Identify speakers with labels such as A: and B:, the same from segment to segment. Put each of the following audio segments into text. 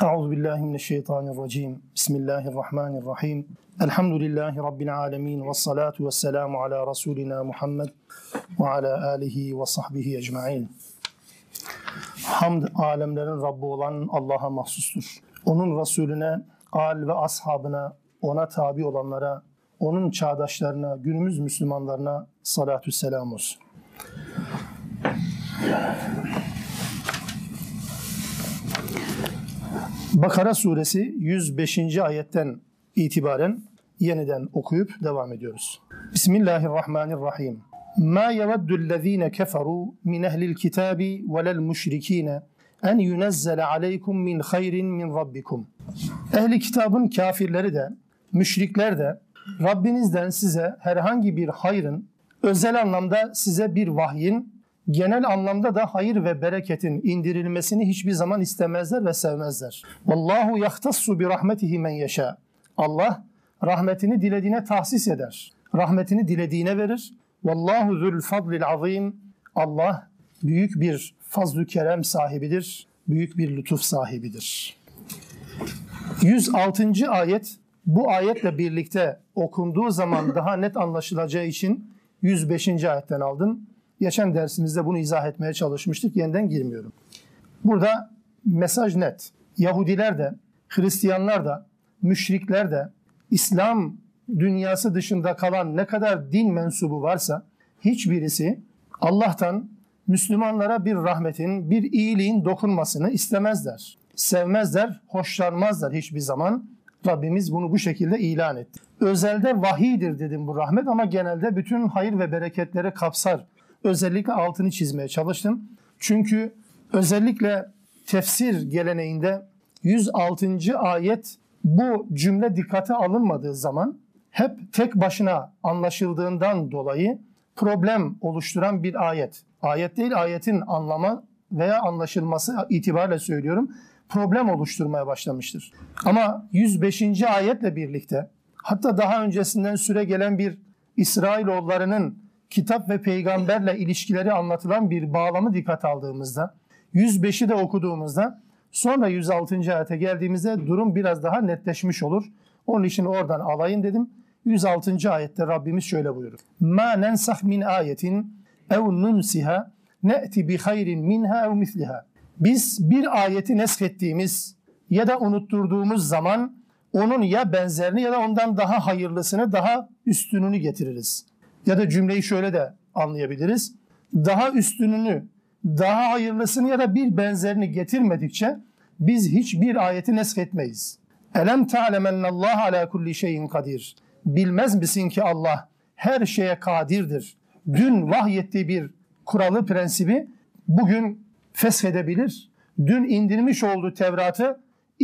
A: Euzubillahimineşşeytanirracim. Bismillahirrahmanirrahim. Elhamdülillahi Rabbil alemin. Vessalatu vesselamu ala Resulina Muhammed ve ala alihi ve sahbihi ecma'in. Hamd alemlerin Rabbi olan Allah'a mahsustur. Onun Resulüne, âl ve ashabına, ona tabi olanlara, onun çağdaşlarına, günümüz Müslümanlarına salatü selam olsun. Bakara suresi 105. ayetten itibaren yeniden okuyup devam ediyoruz. Bismillahirrahmanirrahim. Ma yeveddu'llezine keferu min ehlil kitabi velel müşrikine en yunezzele aleykum min hayrin min rabbikum. Ehli kitabın kafirleri de, müşrikler de Rabbinizden size herhangi bir hayrın, özel anlamda size bir vahyin, genel anlamda da hayır ve bereketin indirilmesini hiçbir zaman istemezler ve sevmezler. Vallahu yahtassu bi rahmetihi men yeşâ. Allah rahmetini dilediğine tahsis eder. Rahmetini dilediğine verir. Vallahu zul fadlil azim. Allah büyük bir fazl-ı kerem sahibidir. Büyük bir lütuf sahibidir. 106. ayet bu ayetle birlikte okunduğu zaman daha net anlaşılacağı için 105. ayetten aldım. Geçen dersimizde bunu izah etmeye çalışmıştık. Yeniden girmiyorum. Burada mesaj net. Yahudiler de, Hristiyanlar da, müşrikler de, İslam dünyası dışında kalan ne kadar din mensubu varsa hiçbirisi Allah'tan Müslümanlara bir rahmetin, bir iyiliğin dokunmasını istemezler. Sevmezler, hoşlanmazlar hiçbir zaman. Rabbimiz bunu bu şekilde ilan etti. Özelde vahiydir dedim bu rahmet ama genelde bütün hayır ve bereketleri kapsar. Özellikle altını çizmeye çalıştım. Çünkü özellikle tefsir geleneğinde 106. ayet bu cümle dikkate alınmadığı zaman hep tek başına anlaşıldığından dolayı problem oluşturan bir ayet. Ayet değil, ayetin anlamı veya anlaşılması itibariyle söylüyorum, problem oluşturmaya başlamıştır. Ama 105. ayetle birlikte hatta daha öncesinden süre gelen bir İsrailoğullarının kitap ve peygamberle ilişkileri anlatılan bir bağlamı dikkat aldığımızda, 105'i de okuduğumuzda, sonra 106. ayete geldiğimizde durum biraz daha netleşmiş olur. Onun için oradan alayım dedim. 106. ayette Rabbimiz şöyle buyurur. Ma nensah min ayetin ev nunsiha ne'ti bi hayrin minha ev misliha. Biz bir ayeti neskettiğimiz ya da unutturduğumuz zaman onun ya benzerini ya da ondan daha hayırlısını, daha üstününü getiririz. Ya da cümleyi şöyle de anlayabiliriz. Daha üstününü, daha hayırlısını ya da bir benzerini getirmedikçe biz hiçbir ayeti nesketmeyiz. Elem ta'lemennallahu ala kulli şeyin kadir. Bilmez misin ki Allah her şeye kadirdir. Dün vahyettiği bir kuralı, prensibi bugün feshedebilir. Dün indirmiş olduğu Tevrat'ı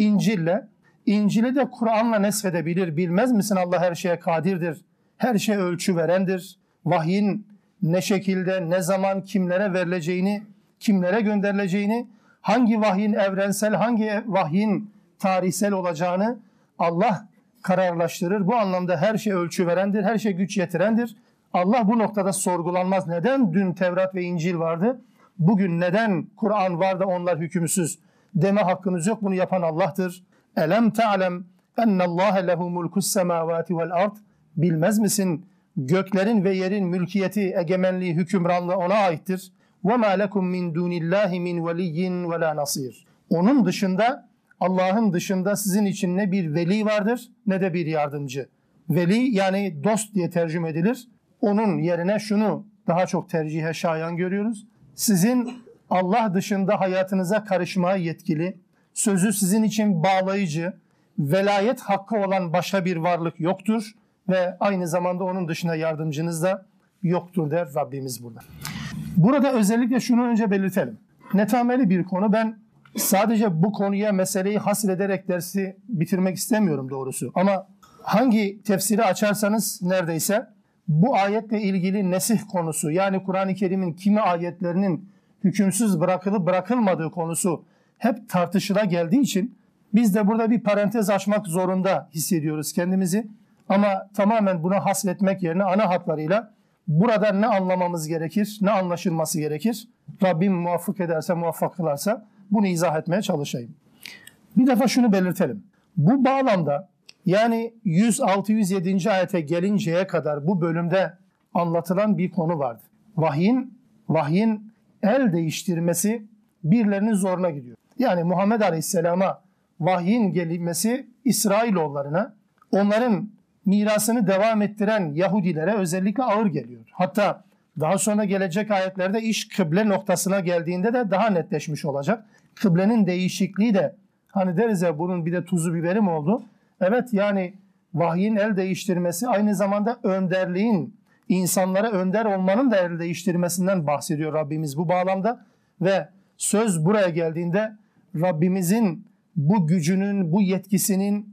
A: İncil'i de Kur'an'la neshedebilir. Bilmez misin Allah her şeye kadirdir. Her şey ölçü verendir. Vahyin ne şekilde, ne zaman, kimlere verileceğini, kimlere gönderileceğini, hangi vahyin evrensel, hangi vahyin tarihsel olacağını Allah kararlaştırır. Bu anlamda her şey ölçü verendir, her şey güç yetirendir. Allah bu noktada sorgulanmaz. Neden dün Tevrat ve İncil vardı? Bugün neden Kur'an var da onlar hükümsüz deme hakkınız yok. Bunu yapan Allah'tır. Elem ta'lem ennallâhe lehu mulkus semâvâti vel ard. Bilmez misin? Göklerin ve yerin mülkiyeti, egemenliği, hükümranlığı ona aittir. وَمَا لَكُمْ مِنْ دُونِ اللّٰهِ مِنْ وَلِيٍّ وَلَا نَصِيرٍ. Onun dışında, Allah'ın dışında sizin için ne bir veli vardır ne de bir yardımcı. Veli yani dost diye tercüme edilir. Onun yerine şunu daha çok tercihe şayan görüyoruz. Sizin Allah dışında hayatınıza karışmaya yetkili, sözü sizin için bağlayıcı, velayet hakkı olan başka bir varlık yoktur. Ve aynı zamanda onun dışında yardımcınız da yoktur der Rabbimiz burada. Burada özellikle şunu önce belirtelim. Netameli bir konu. Ben sadece bu konuya meseleyi hasrederek dersi bitirmek istemiyorum doğrusu. Ama hangi tefsiri açarsanız neredeyse bu ayetle ilgili nesih konusu, yani Kur'an-ı Kerim'in kimi ayetlerinin hükümsüz bırakılıp bırakılmadığı konusu hep tartışıla geldiği için biz de burada bir parantez açmak zorunda hissediyoruz kendimizi. Ama tamamen buna hasretmek yerine ana hatlarıyla burada ne anlamamız gerekir, ne anlaşılması gerekir? Rabbim muvaffak ederse, muvaffak kılarsa bunu izah etmeye çalışayım. Bir defa şunu belirtelim. Bu bağlamda yani 106-107. ayete gelinceye kadar bu bölümde anlatılan bir konu vardı. Vahyin el değiştirmesi birilerinin zoruna gidiyor. Yani Muhammed Aleyhisselam'a vahyin gelmesi İsrailoğullarına, onların mirasını devam ettiren Yahudilere özellikle ağır geliyor. Hatta daha sonra gelecek ayetlerde iş kıble noktasına geldiğinde de daha netleşmiş olacak. Kıblenin değişikliği de hani deriz ya bunun bir de tuzu biberi mi oldu? Evet, yani vahyin el değiştirmesi aynı zamanda önderliğin, insanlara önder olmanın da el değiştirmesinden bahsediyor Rabbimiz bu bağlamda. Ve söz buraya geldiğinde Rabbimizin bu gücünün, bu yetkisinin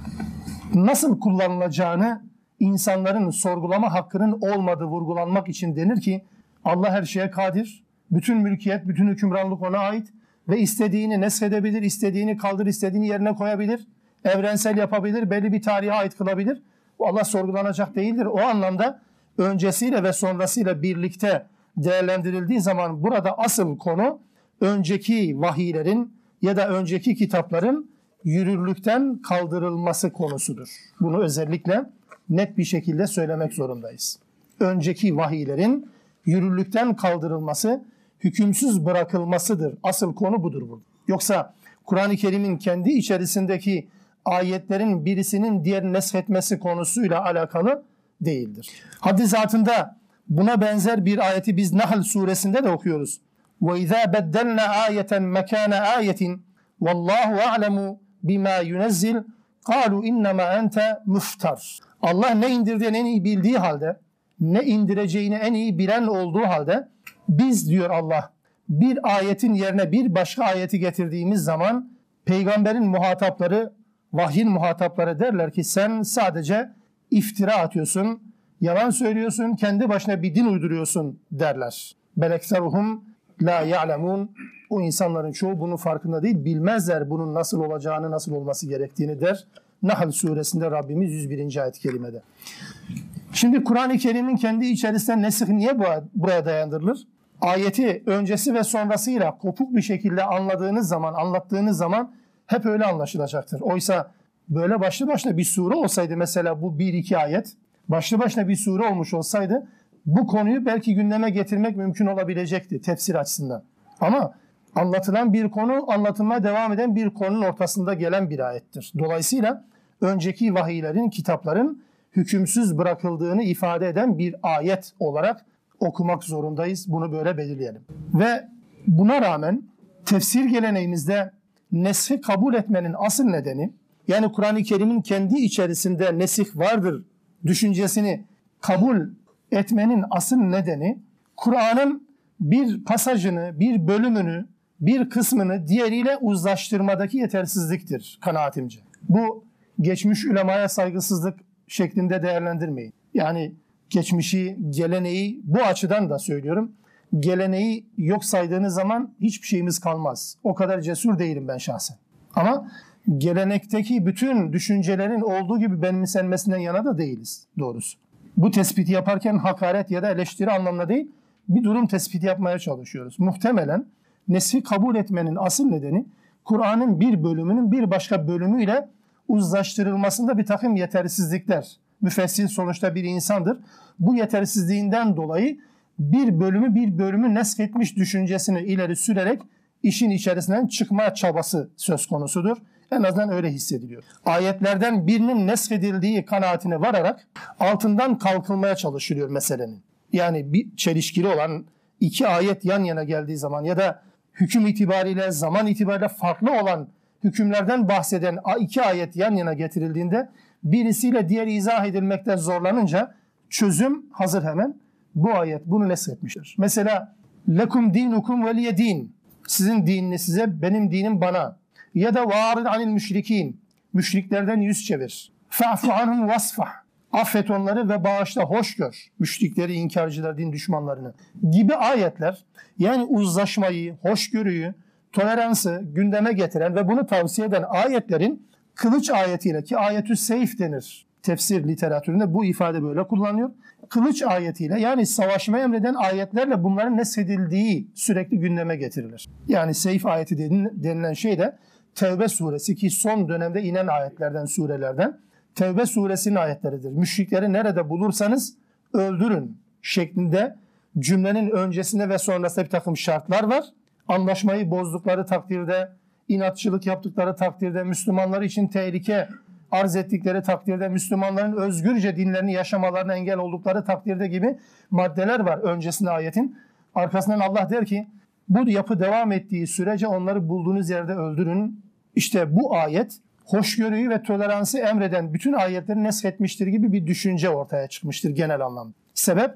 A: nasıl kullanılacağını insanların sorgulama hakkının olmadığı vurgulanmak için denir ki Allah her şeye kadir, bütün mülkiyet, bütün hükümranlık ona ait ve istediğini neshedebilir, istediğini kaldır, istediğini yerine koyabilir, evrensel yapabilir, belli bir tarihe ait kılabilir. Allah sorgulanacak değildir. O anlamda öncesiyle ve sonrasıyla birlikte değerlendirildiği zaman burada asıl konu önceki vahiylerin ya da önceki kitapların yürürlükten kaldırılması konusudur. Bunu özellikle net bir şekilde söylemek zorundayız. Önceki vahiylerin yürürlükten kaldırılması, hükümsüz bırakılmasıdır. Asıl konu budur burada. Yoksa Kur'an-ı Kerim'in kendi içerisindeki ayetlerin birisinin diğerini neshetmesi konusuyla alakalı değildir. Haddi zatında buna benzer bir ayeti biz Nahl suresinde de okuyoruz. وَاِذَا بَدَّلْنَا آيَةً مَكَانَ آيَةٍ وَاللّٰهُ أَعْلَمُ بِمَا يُنَزِّلْ قَالُوا اِنَّمَا اَنْتَ مُفْتَرٍ. Allah ne indirdiğini en iyi bildiği halde, ne indireceğini en iyi bilen olduğu halde biz, diyor Allah, bir ayetin yerine bir başka ayeti getirdiğimiz zaman peygamberin muhatapları, vahyin muhatapları derler ki sen sadece iftira atıyorsun, yalan söylüyorsun, kendi başına bir din uyduruyorsun derler. Belekseruhum la ya'lemun. O insanların çoğu bunun farkında değil, bilmezler bunun nasıl olacağını, nasıl olması gerektiğini der. Nahl suresinde Rabbimiz 101. ayet-i kerimede. Şimdi Kur'an-ı Kerim'in kendi içerisinde nesih niye buraya dayandırılır? Ayeti öncesi ve sonrasıyla kopuk bir şekilde anlattığınız zaman hep öyle anlaşılacaktır. Oysa böyle başlı başına bir sure olsaydı, mesela bu 1-2 ayet başlı başına bir sure olmuş olsaydı bu konuyu belki gündeme getirmek mümkün olabilecekti tefsir açısından. Ama anlatılan bir konu, anlatılmaya devam eden bir konunun ortasında gelen bir ayettir. Dolayısıyla önceki vahiylerin, kitapların hükümsüz bırakıldığını ifade eden bir ayet olarak okumak zorundayız. Bunu böyle belirleyelim. Ve buna rağmen tefsir geleneğimizde neshi kabul etmenin asıl nedeni, yani Kur'an-ı Kerim'in kendi içerisinde nesih vardır düşüncesini kabul etmenin asıl nedeni, Kur'an'ın bir pasajını, bir bölümünü, bir kısmını diğeriyle uzlaştırmadaki yetersizliktir kanaatimce. Bu geçmiş ulemaya saygısızlık şeklinde değerlendirmeyin. Yani geçmişi, geleneği bu açıdan da söylüyorum. Geleneği yok saydığınız zaman hiçbir şeyimiz kalmaz. O kadar cesur değilim ben şahsen. Ama gelenekteki bütün düşüncelerin olduğu gibi benimsenmesinden yana da değiliz doğrusu. Bu tespiti yaparken hakaret ya da eleştiri anlamında değil, bir durum tespiti yapmaya çalışıyoruz. Muhtemelen nesfi kabul etmenin asıl nedeni Kur'an'ın bir bölümünün bir başka bölümüyle uzlaştırılmasında bir takım yetersizlikler. Müfessir sonuçta bir insandır. Bu yetersizliğinden dolayı bir bölümü nesketmiş düşüncesini ileri sürerek işin içerisinden çıkma çabası söz konusudur. En azından öyle hissediliyor. Ayetlerden birinin neskedildiği kanaatine vararak altından kalkılmaya çalışılıyor meselenin. Yani bir çelişkili olan iki ayet yan yana geldiği zaman ya da hüküm itibariyle, zaman itibariyle farklı olan hükümlerden bahseden iki ayet yan yana getirildiğinde birisiyle diğeri izah edilmekten zorlanınca çözüm hazır hemen. Bu ayet bunu neshetmiştir. Mesela lekum dinukum veliye din. Sizin dininiz size, benim dinim bana. Ya da vârid anil müşrikin. Müşriklerden yüz çevir. Fa'fu anhum vasfah. Affet onları ve bağışla, hoş gör. Müşrikleri, inkarcılar, din düşmanlarını gibi ayetler, yani uzlaşmayı, hoşgörüyü, toleransı gündeme getiren ve bunu tavsiye eden ayetlerin kılıç ayetiyle, ki ayetü seyf denir tefsir literatüründe, bu ifade böyle kullanılıyor. Kılıç ayetiyle, yani savaşmayı emreden ayetlerle bunların neshedildiği sürekli gündeme getirilir. Yani seyf ayeti denilen şey de Tevbe suresi, ki son dönemde inen ayetlerden, surelerden, Tevbe suresinin ayetleridir. Müşrikleri nerede bulursanız öldürün şeklinde cümlenin öncesinde ve sonrasında bir takım şartlar var. Anlaşmayı bozdukları takdirde, inatçılık yaptıkları takdirde, Müslümanlar için tehlike arz ettikleri takdirde, Müslümanların özgürce dinlerini yaşamalarına engel oldukları takdirde gibi maddeler var öncesinde ayetin. Arkasından Allah der ki, bu yapı devam ettiği sürece onları bulduğunuz yerde öldürün. İşte bu ayet hoşgörüyü ve toleransı emreden bütün ayetleri neshetmiştir gibi bir düşünce ortaya çıkmıştır genel anlamda. Sebep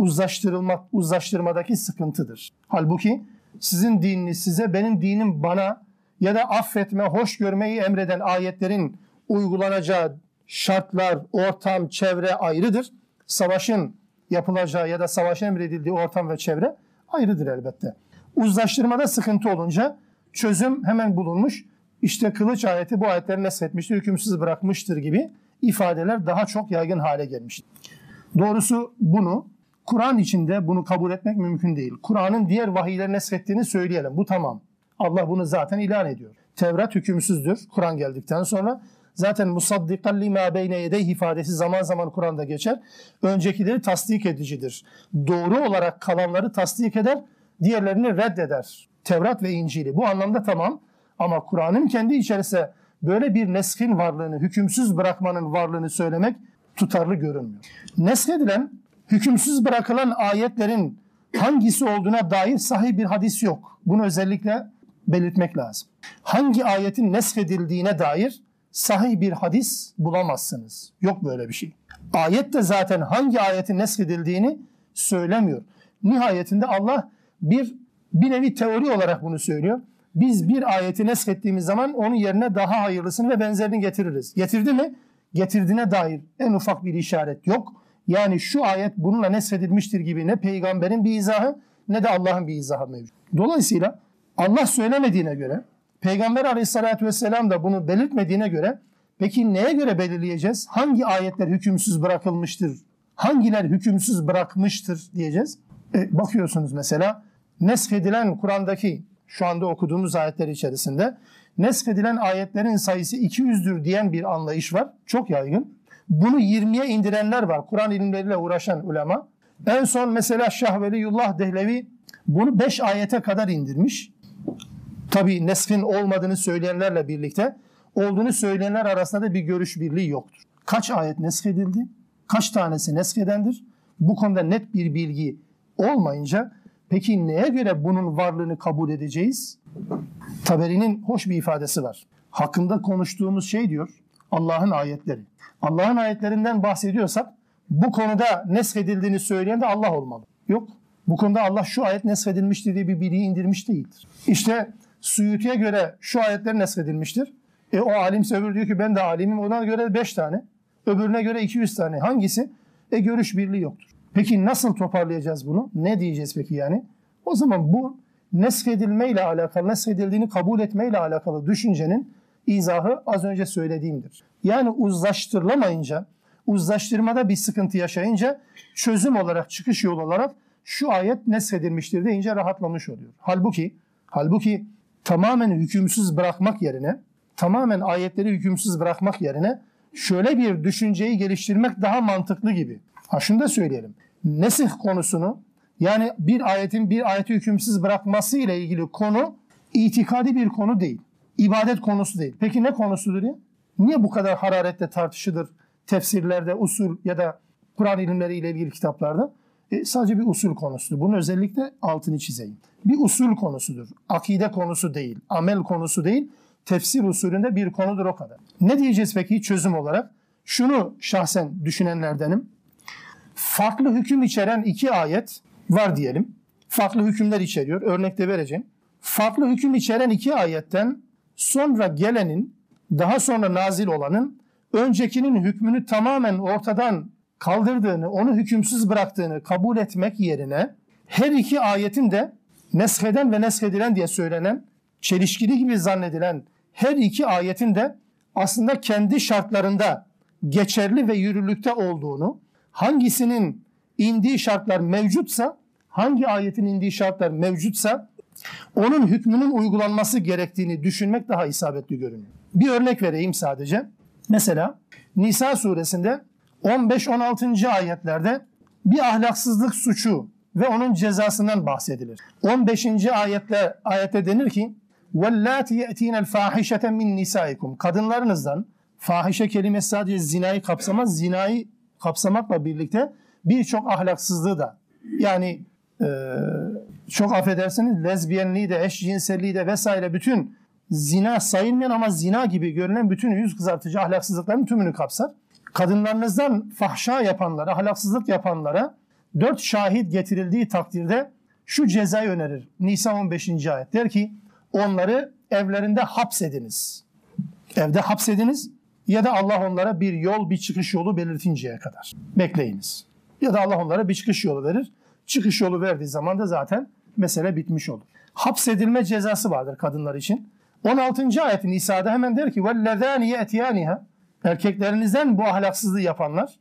A: uzlaştırmadaki sıkıntıdır. Halbuki sizin dininiz size, benim dinim bana ya da affetme, hoş görmeyi emreden ayetlerin uygulanacağı şartlar, ortam, çevre ayrıdır. Savaşın yapılacağı ya da savaş emredildiği ortam ve çevre ayrıdır elbette. Uzlaştırmada sıkıntı olunca çözüm hemen bulunmuş. İşte kılıç ayeti bu ayetleri neshetmiştir, hükümsüz bırakmıştır gibi ifadeler daha çok yaygın hale gelmiştir. Doğrusu bunu Kur'an içinde bunu kabul etmek mümkün değil. Kur'an'ın diğer vahiyleri neshettiğini söyleyelim. Bu tamam. Allah bunu zaten ilan ediyor. Tevrat hükümsüzdür Kur'an geldikten sonra. Zaten musaddikan lima beyne yedeyhi ifadesi zaman zaman Kur'an'da geçer. Öncekileri tasdik edicidir. Doğru olarak kalanları tasdik eder, diğerlerini reddeder. Tevrat ve İncil'i. Bu anlamda tamam. Ama Kur'an'ın kendi içerisinde böyle bir neskin varlığını, hükümsüz bırakmanın varlığını söylemek tutarlı görünmüyor. Neshedilen, hükümsüz bırakılan ayetlerin hangisi olduğuna dair sahih bir hadis yok. Bunu özellikle belirtmek lazım. Hangi ayetin neshedildiğine dair sahih bir hadis bulamazsınız. Yok böyle bir şey. Ayet de zaten hangi ayetin neshedildiğini söylemiyor. Nihayetinde Allah bir nevi teori olarak bunu söylüyor. Biz bir ayeti neshettiğimiz zaman onun yerine daha hayırlısını ve benzerini getiririz. Getirdi mi? Getirdiğine dair en ufak bir işaret yok. Yani şu ayet bununla neshedilmiştir gibi ne peygamberin bir izahı ne de Allah'ın bir izahı mevcut. Dolayısıyla Allah söylemediğine göre, Peygamber Aleyhisselatü Vesselam da bunu belirtmediğine göre, peki neye göre belirleyeceğiz? Hangi ayetler hükümsüz bırakılmıştır? Hangiler hükümsüz bırakmıştır diyeceğiz. Bakıyorsunuz mesela neshedilen Kur'an'daki şu anda okuduğumuz ayetler içerisinde neshedilen ayetlerin sayısı 200'dür diyen bir anlayış var. Çok yaygın. Bunu 20'ye indirenler var. Kur'an ilimleriyle uğraşan ulema. En son mesela Şah Veliyullah Dehlevi bunu 5 ayete kadar indirmiş. Tabii neskin olmadığını söyleyenlerle birlikte olduğunu söyleyenler arasında da bir görüş birliği yoktur. Kaç ayet neskedildi? Kaç tanesi neskedendir? Bu konuda net bir bilgi olmayınca peki neye göre bunun varlığını kabul edeceğiz? Taberi'nin hoş bir ifadesi var. Hakkında konuştuğumuz şey diyor Allah'ın ayetleri. Allah'ın ayetlerinden bahsediyorsak bu konuda neskedildiğini söyleyen de Allah olmalı. Yok. Bu konuda Allah şu ayet neskedilmiştir diye bir bilgi indirmiş değildir. İşte Suyuti'ye göre şu ayetler neskedilmiştir. O alimse öbürü diyor ki ben de alimim. Ona göre 5 tane. Öbürüne göre 200 tane. Hangisi? Görüş birliği yoktur. Peki nasıl toparlayacağız bunu? Ne diyeceğiz peki yani? O zaman bu neskedilmeyle alakalı, neskedildiğini kabul etmeyle alakalı düşüncenin izahı az önce söylediğimdir. Yani uzlaştırılamayınca, uzlaştırmada bir sıkıntı yaşayınca çözüm olarak, çıkış yolu olarak şu ayet neskedilmiştir deyince rahatlamış oluyor. Halbuki tamamen hükümsüz bırakmak yerine, tamamen ayetleri hükümsüz bırakmak yerine şöyle bir düşünceyi geliştirmek daha mantıklı gibi. Şunu da söyleyelim. Nesih konusunu, yani bir ayeti hükümsüz bırakması ile ilgili konu itikadi bir konu değil. İbadet konusu değil. Peki ne konusudur ya? Niye bu kadar hararetle tartışılır tefsirlerde, usul ya da Kur'an ilimleriyle ilgili kitaplarda? Sadece bir usul konusudur. Bunun özellikle altını çizeyim. Bir usul konusudur. Akide konusu değil, amel konusu değil. Tefsir usulünde bir konudur o kadar. Ne diyeceğiz peki çözüm olarak? Şunu şahsen düşünenlerdenim. Farklı hüküm içeren 2 ayet var diyelim. Farklı hükümler içeriyor. Örnek de vereceğim. Farklı hüküm içeren 2 ayetten sonra gelenin, daha sonra nazil olanın öncekinin hükmünü tamamen ortadan kaldırdığını, onu hükümsüz bıraktığını kabul etmek yerine her 2 ayetin de nesheden ve neshedilen diye söylenen, çelişkili gibi zannedilen her 2 ayetin de aslında kendi şartlarında geçerli ve yürürlükte olduğunu, hangisinin indiği şartlar mevcutsa, hangi ayetin indiği şartlar mevcutsa onun hükmünün uygulanması gerektiğini düşünmek daha isabetli görünüyor. Bir örnek vereyim sadece. Mesela Nisa suresinde 15-16. ayetlerde bir ahlaksızlık suçu ve onun cezasından bahsedilir. 15. ayette denir ki وَاللَّاتِ يَأْتِينَ الْفَاحِشَةَ مِنْ نِسَائِكُمْ Kadınlarınızdan, fahişe kelimesi sadece zinayı kapsamaz, zinayı kapsamakla birlikte birçok ahlaksızlığı da, yani çok affedersiniz, lezbiyenliği de, eşcinselliği de vesaire, bütün zina sayılmayan ama zina gibi görünen bütün yüz kızartıcı ahlaksızlıkların tümünü kapsar. Kadınlarınızdan fahşa yapanlara, ahlaksızlık yapanlara 4 şahit getirildiği takdirde şu cezayı önerir. Nisa 15. ayet der ki onları evlerinde hapsediniz. Evde hapsediniz ya da Allah onlara bir yol, bir çıkış yolu belirtinceye kadar bekleyiniz. Ya da Allah onlara bir çıkış yolu verir. Çıkış yolu verdiği zaman da zaten mesele bitmiş olur. Hapsedilme cezası vardır kadınlar için. 16. ayet Nisa'da hemen der ki وَالَّذَانِ يَأْتِيَانِهَا Erkeklerinizden bu ahlaksızlığı yapanlar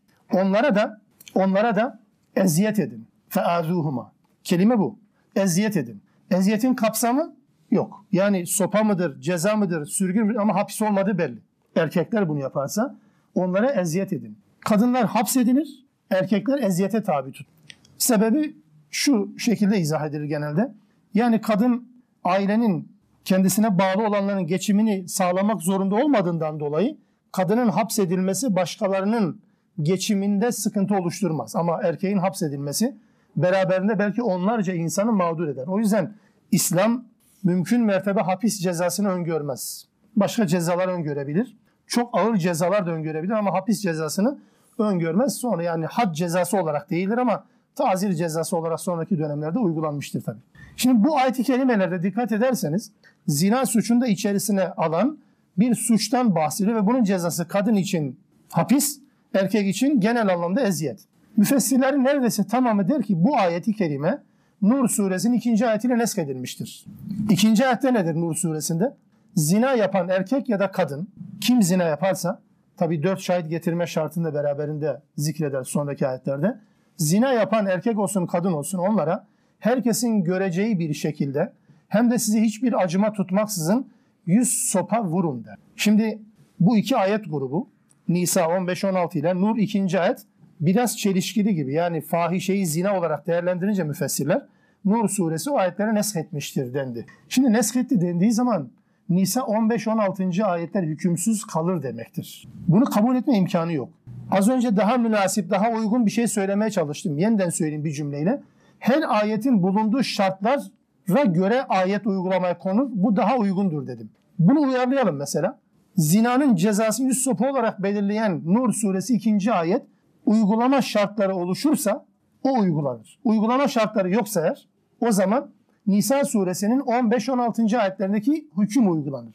A: onlara da eziyet edin. فَاَذُوهُمَا Kelime bu. Eziyet edin. Eziyetin kapsamı yok. Yani sopa mıdır, ceza mıdır, sürgün müdür ama hapis olmadığı belli. Erkekler bunu yaparsa onlara eziyet edin. Kadınlar hapsedilir, erkekler eziyete tabi tut. Sebebi şu şekilde izah edilir genelde. Yani kadın ailenin kendisine bağlı olanların geçimini sağlamak zorunda olmadığından dolayı kadının hapsedilmesi başkalarının geçiminde sıkıntı oluşturmaz. Ama erkeğin hapsedilmesi beraberinde belki onlarca insanı mağdur eder. O yüzden İslam mümkün mertebe hapis cezasını öngörmez. Başka cezalar öngörebilir. Çok ağır cezalar da öngörebilir ama hapis cezasını öngörmez. Sonra yani had cezası olarak değildir ama tazir cezası olarak sonraki dönemlerde uygulanmıştır tabii. Şimdi bu ayet-i kerimelerde dikkat ederseniz zina suçunu da içerisine alan bir suçtan bahsediyor ve bunun cezası kadın için hapis, erkek için genel anlamda eziyet. Müfessirlerin neredeyse tamamı der ki bu ayet-i kerime Nur suresinin 2. ayetiyle neskedilmiştir. 2. ayette nedir Nur suresinde? Zina yapan erkek ya da kadın, kim zina yaparsa, tabi 4 şahit getirme şartını da beraberinde zikreder sonraki ayetlerde. Zina yapan erkek olsun kadın olsun onlara herkesin göreceği bir şekilde hem de sizi hiçbir acıma tutmaksızın 100 sopa vurun der. Şimdi bu iki ayet grubu Nisa 15-16 ile Nur 2. ayet biraz çelişkili gibi. Yani fahişeyi zina olarak değerlendirince müfessirler Nur suresi o ayetleri neshetmiştir dendi. Şimdi neshetti dendiği zaman Nisa 15-16. ayetler hükümsüz kalır demektir. Bunu kabul etme imkanı yok. Az önce daha münasip, daha uygun bir şey söylemeye çalıştım. Yeniden söyleyeyim bir cümleyle. Her ayetin bulunduğu şartlara göre ayet uygulamaya konur. Bu daha uygundur dedim. Bunu uyarlayalım mesela. Zinanın cezasını 100 sopa olarak belirleyen Nur suresi 2. ayet uygulama şartları oluşursa o uygulanır. Uygulama şartları yoksa eğer o zaman Nisa suresinin 15-16. ayetlerindeki hüküm uygulanır.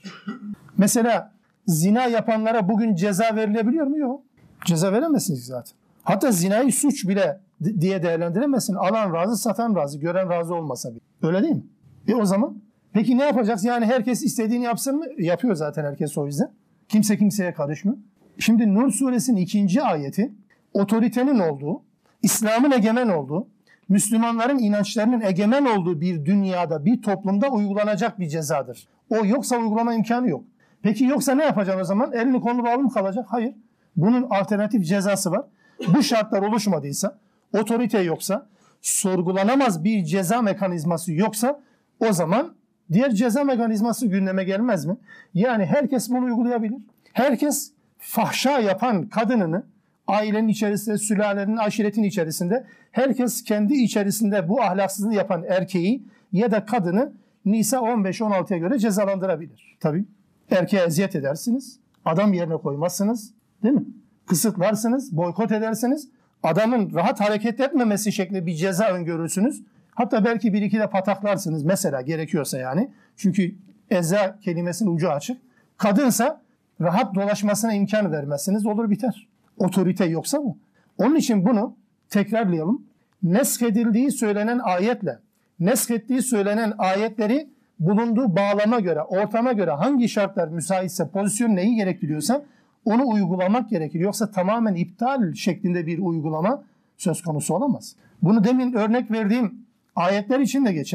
A: Mesela zina yapanlara bugün ceza verilebiliyor mu? Yok. Ceza veremezsiniz zaten. Hatta zinayı suç bile diye değerlendiremezsin. Alan razı, satan razı, gören razı olmasa bile. Öyle değil mi? O zaman peki ne yapacağız? Yani herkes istediğini yapsın mı? Yapıyor zaten herkes o yüzden. Kimse kimseye karışmıyor. Şimdi Nur suresinin 2. ayeti otoritenin olduğu, İslam'ın egemen olduğu, Müslümanların inançlarının egemen olduğu bir dünyada, bir toplumda uygulanacak bir cezadır. O yoksa uygulama imkanı yok. Peki yoksa ne yapacaksın o zaman? Elini kolunu bağlı mı kalacak? Hayır. Bunun alternatif cezası var. Bu şartlar oluşmadıysa, otorite yoksa, sorgulanamaz bir ceza mekanizması yoksa o zaman diğer ceza mekanizması gündeme gelmez mi? Yani herkes bunu uygulayabilir. Herkes fahşa yapan kadınını ailenin içerisinde, sülalenin, aşiretin içerisinde herkes kendi içerisinde bu ahlaksızlığı yapan erkeği ya da kadını Nisa 15-16'ya göre cezalandırabilir. Tabii. Erkeğe eziyet edersiniz. Adam yerine koymazsınız. Değil mi? Kısıtlarsınız, boykot edersiniz. Adamın rahat hareket etmemesi şeklinde bir ceza öngörürsünüz. Hatta belki bir iki de pataklarsınız mesela gerekiyorsa yani. Çünkü eza kelimesinin ucu açık. Kadınsa rahat dolaşmasına imkan vermezsiniz. Olur biter. Otorite yoksa bu. Onun için bunu tekrarlayalım. Neskedildiği söylenen ayetle, neskedildiği söylenen ayetleri bulunduğu bağlama göre, ortama göre hangi şartlar müsaitse, pozisyon neyi gerektiriyorsa onu uygulamak gerekir. Yoksa tamamen iptal şeklinde bir uygulama söz konusu olamaz. Bunu demin örnek verdiğim ayetler için de geçerliydi.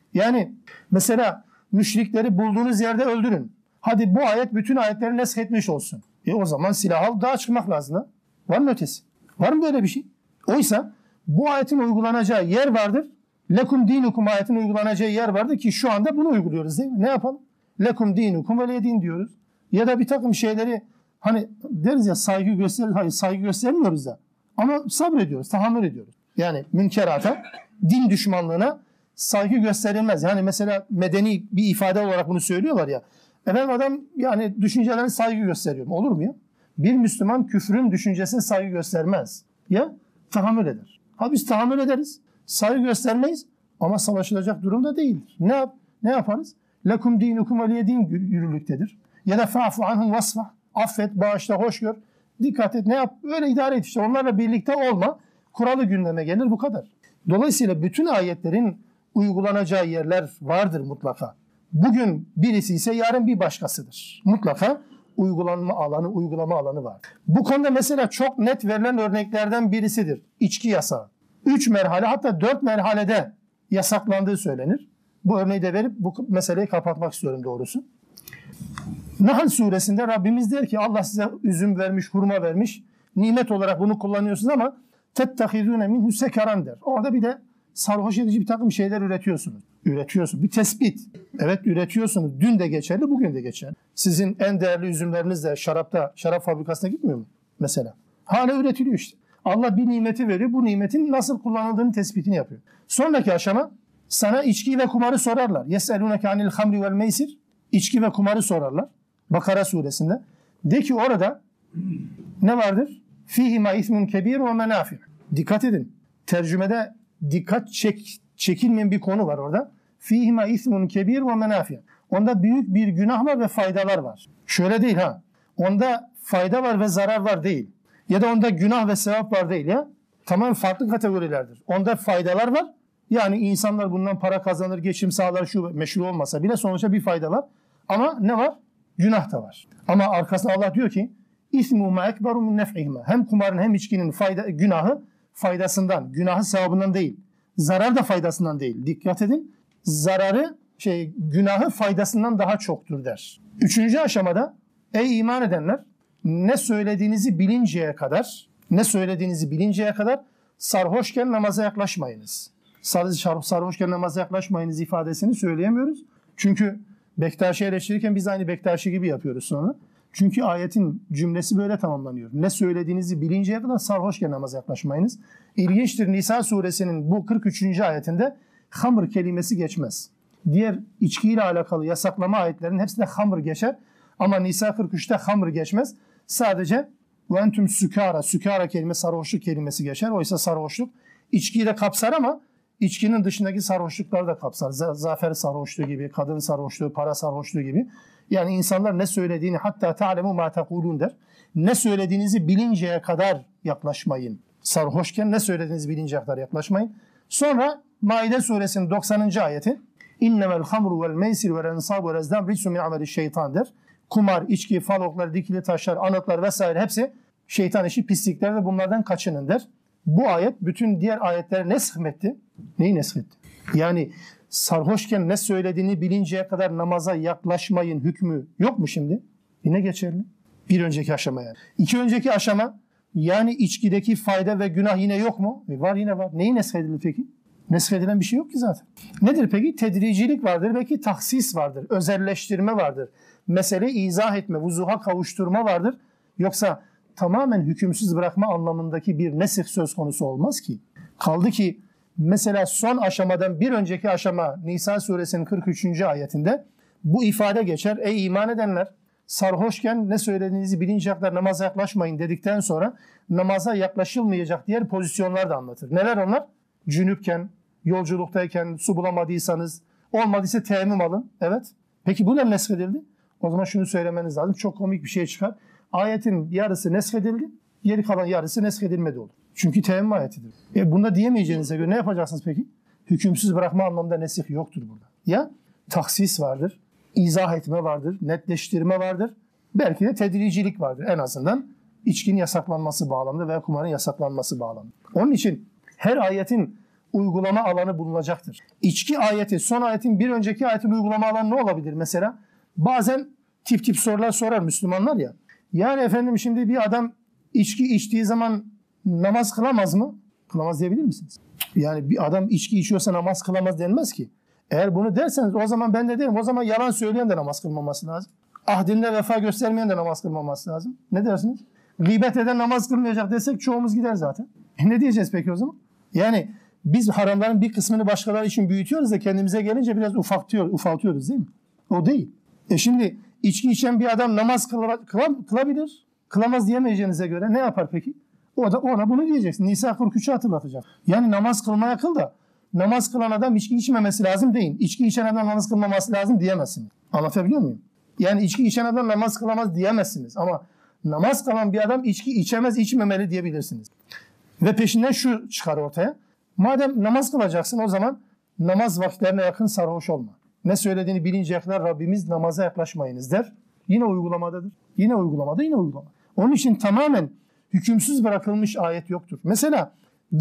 A: Yani mesela müşrikleri bulduğunuz yerde öldürün. Hadi bu ayet bütün ayetleri neshetmiş olsun. O zaman silah al, dağa çıkmak lazım. Ha? Var mı ötesi? Var mı böyle bir şey? Oysa bu ayetin uygulanacağı yer vardır. Lekum dinukum ayetin uygulanacağı yer vardır ki şu anda bunu uyguluyoruz değil mi? Ne yapalım? Lekum dinukum ve din diyoruz. Ya da bir takım şeyleri hani deriz ya saygı gösteririz. Hayır, saygı göstermiyoruz da. Ama sabrediyoruz, tahammül ediyoruz. Yani münkerata, din düşmanlığına saygı gösterilmez. Yani mesela medeni bir ifade olarak bunu söylüyorlar ya. Efendim adam yani düşüncelerine saygı gösteriyor. Olur mu ya? Bir Müslüman küfrün düşüncesine saygı göstermez. Ya tahammül eder. Ha biz tahammül ederiz. Saygı göstermeyiz ama savaşılacak durumda değildir. Ne yaparız? Lekum dinukum veliye din yürürlüktedir. Ya da fa'fu anhum vasfah. Affet, bağışla, hoş gör. Dikkat et, ne yap? Öyle idare et işte. Onlarla birlikte olma. Kuralı gündeme gelir, bu kadar. Dolayısıyla bütün ayetlerin uygulanacağı yerler vardır mutlaka. Bugün birisi ise yarın bir başkasıdır. Mutlaka uygulama alanı var. Bu konuda mesela çok net verilen örneklerden birisidir. İçki yasağı. 3 merhale hatta 4 merhalede yasaklandığı söylenir. Bu örneği de verip bu meseleyi kapatmak istiyorum doğrusu. Nahl suresinde Rabbimiz der ki Allah size üzüm vermiş, hurma vermiş. Nimet olarak bunu kullanıyorsunuz ama tettehizûne minhü sekaran der. Orada bir de sarhoş edici bir takım şeyler üretiyorsunuz. Bir tespit. Evet üretiyorsunuz. Dün de geçerli, bugün de geçerli. Sizin en değerli üzümleriniz de şarap fabrikasına gitmiyor mu mesela? Hala üretiliyor işte. Allah bir nimeti veriyor. Bu nimetin nasıl kullanıldığını tespitini yapıyor. Sonraki aşama sana içki ve kumarı sorarlar. Yes'elûneke anil hamri vel meysir. İçki ve kumarı sorarlar. Bakara suresinde. De ki orada ne vardır? Fîhîmâ ismun kebîr ve menâfi'. Dikkat edin. Tercümede dikkat çekilmeyen bir konu var orada. Fîhîmâ ismun kebîr ve menâfi'. Onda büyük bir günah var ve faydalar var. Şöyle değil ha. Onda fayda var ve zarar var değil. Ya da onda günah ve sevap var değil ya. Tamamen farklı kategorilerdir. Onda faydalar var. Yani insanlar bundan para kazanır, geçim sağlar, şu meşru olmasa bile sonuçta bir fayda var. Ama ne var? Günah da var. Ama arkasında Allah diyor ki İsmuhuma ekberu min nef'ihima. Hem kumarın hem içkinin günahı faydasından, günahı sevabından değil. Zarar da faydasından değil. Dikkat edin. Günahı faydasından daha çoktur der. 3. aşamada ey iman edenler ne söylediğinizi bilinceye kadar sarhoşken namaza yaklaşmayınız. Sadece sarhoşken namaza yaklaşmayınız ifadesini söyleyemiyoruz. Çünkü Bektaşi'yi eleştirirken biz aynı Bektaşi gibi yapıyoruz sonra. Çünkü ayetin cümlesi böyle tamamlanıyor. Ne söylediğinizi bilinceye kadar sarhoşken namaza yaklaşmayınız. İlginçtir, Nisa suresinin bu 43. ayetinde hamr kelimesi geçmez. Diğer içkiyle alakalı yasaklama ayetlerinin hepsinde hamr geçer. Ama Nisa 43'te hamr geçmez. Sadece ve entüm sükara kelimesi, sarhoşluk kelimesi geçer. Oysa sarhoşluk içkiyi de kapsar ama İçkinin dışındaki sarhoşlukları da kapsar. Zafer sarhoşluğu gibi, kadın sarhoşluğu, para sarhoşluğu gibi. Yani insanlar ne söylediğini hatta ta'lemu ma tekulun der. Ne söylediğinizi bilinceye kadar yaklaşmayın. Sarhoşken ne söylediğinizi bilinceye kadar yaklaşmayın. Sonra Maide suresinin 90. ayeti İnnemel hamru vel meysir vel ensab vel ezdam ritsu min ameli şeytan der. Kumar, içki, fal okları, dikili taşlar, anıtlar vesaire hepsi şeytan işi, pislikler ve bunlardan kaçının der. Bu ayet bütün diğer ayetleri neshetti. Neyi neshetti? Yani sarhoşken ne söylediğini bilinceye kadar namaza yaklaşmayın hükmü yok mu şimdi? Yine geçerli. Bir önceki aşama yani. 2 önceki aşama yani içkideki fayda ve günah yine yok mu? Var, yine var. Neyi neshedildi peki? Neshedilen bir şey yok ki zaten. Nedir peki? Tedricilik vardır. Belki tahsis vardır. Özelleştirme vardır. Meseleyi izah etme, vuzuha kavuşturma vardır. Yoksa tamamen hükümsüz bırakma anlamındaki bir nesih söz konusu olmaz ki. Kaldı ki mesela son aşamadan bir önceki aşama Nisa suresinin 43. ayetinde bu ifade geçer. Ey iman edenler sarhoşken ne söylediğinizi bilinceye kadar namaza yaklaşmayın dedikten sonra namaza yaklaşılmayacak diğer pozisyonlar da anlatır. Neler onlar? Cünüpken, yolculuktayken, su bulamadıysanız, olmadıysa teyemmüm alın. Evet. Peki bu ne neshedildi? O zaman şunu söylemeniz lazım. Çok komik bir şey çıkar. Ayetin yarısı neshedildi, geri kalan yarısı neshedilmedi olur. Çünkü teyemmüm ayetidir. Bunda diyemeyeceğinize göre ne yapacaksınız peki? Hükümsüz bırakma anlamında nesih yoktur burada. Ya tahsis vardır, izah etme vardır, netleştirme vardır. Belki de tedricilik vardır. En azından içkinin yasaklanması bağlamında veya kumarın yasaklanması bağlamında. Onun için her ayetin uygulama alanı bulunacaktır. İçki ayeti, son ayetin bir önceki ayetin uygulama alanı ne olabilir mesela? Bazen tip sorular sorar Müslümanlar ya. Yani efendim şimdi bir adam içki içtiği zaman namaz kılamaz mı? Kılamaz diyebilir misiniz? Yani bir adam içki içiyorsa namaz kılamaz denmez ki. Eğer bunu derseniz o zaman ben de derim. O zaman yalan söyleyen de namaz kılmaması lazım. Ahdinde vefa göstermeyen de namaz kılmaması lazım. Ne dersiniz? Gıybet eden namaz kılmayacak desek çoğumuz gider zaten. Ne diyeceğiz peki o zaman? Yani biz haramların bir kısmını başkaları için büyütüyoruz da kendimize gelince biraz ufaltıyoruz değil mi? O değil. Şimdi içki içen bir adam namaz kılabilir. Kılamaz diyemeyeceğinize göre ne yapar peki? O da ona bunu diyeceksin. Nisa 43'ü hatırlatacak. Yani namaz kılmaya kıl da namaz kılan adam içki içmemesi lazım değil. İçki içen adam namaz kılmaması lazım diyemezsiniz. Anlatabiliyor muyum? Yani içki içen adam namaz kılamaz diyemezsiniz. Ama namaz kılan bir adam içki içemez, içmemeli diyebilirsiniz. Ve peşinden şu çıkar ortaya. Madem namaz kılacaksın o zaman namaz vakitlerine yakın sarhoş olma. Ne söylediğini bilinceye kadar Rabbimiz namaza yaklaşmayınız der. Yine uygulamadadır. Yine uygulama. Onun için tamamen hükümsüz bırakılmış ayet yoktur. Mesela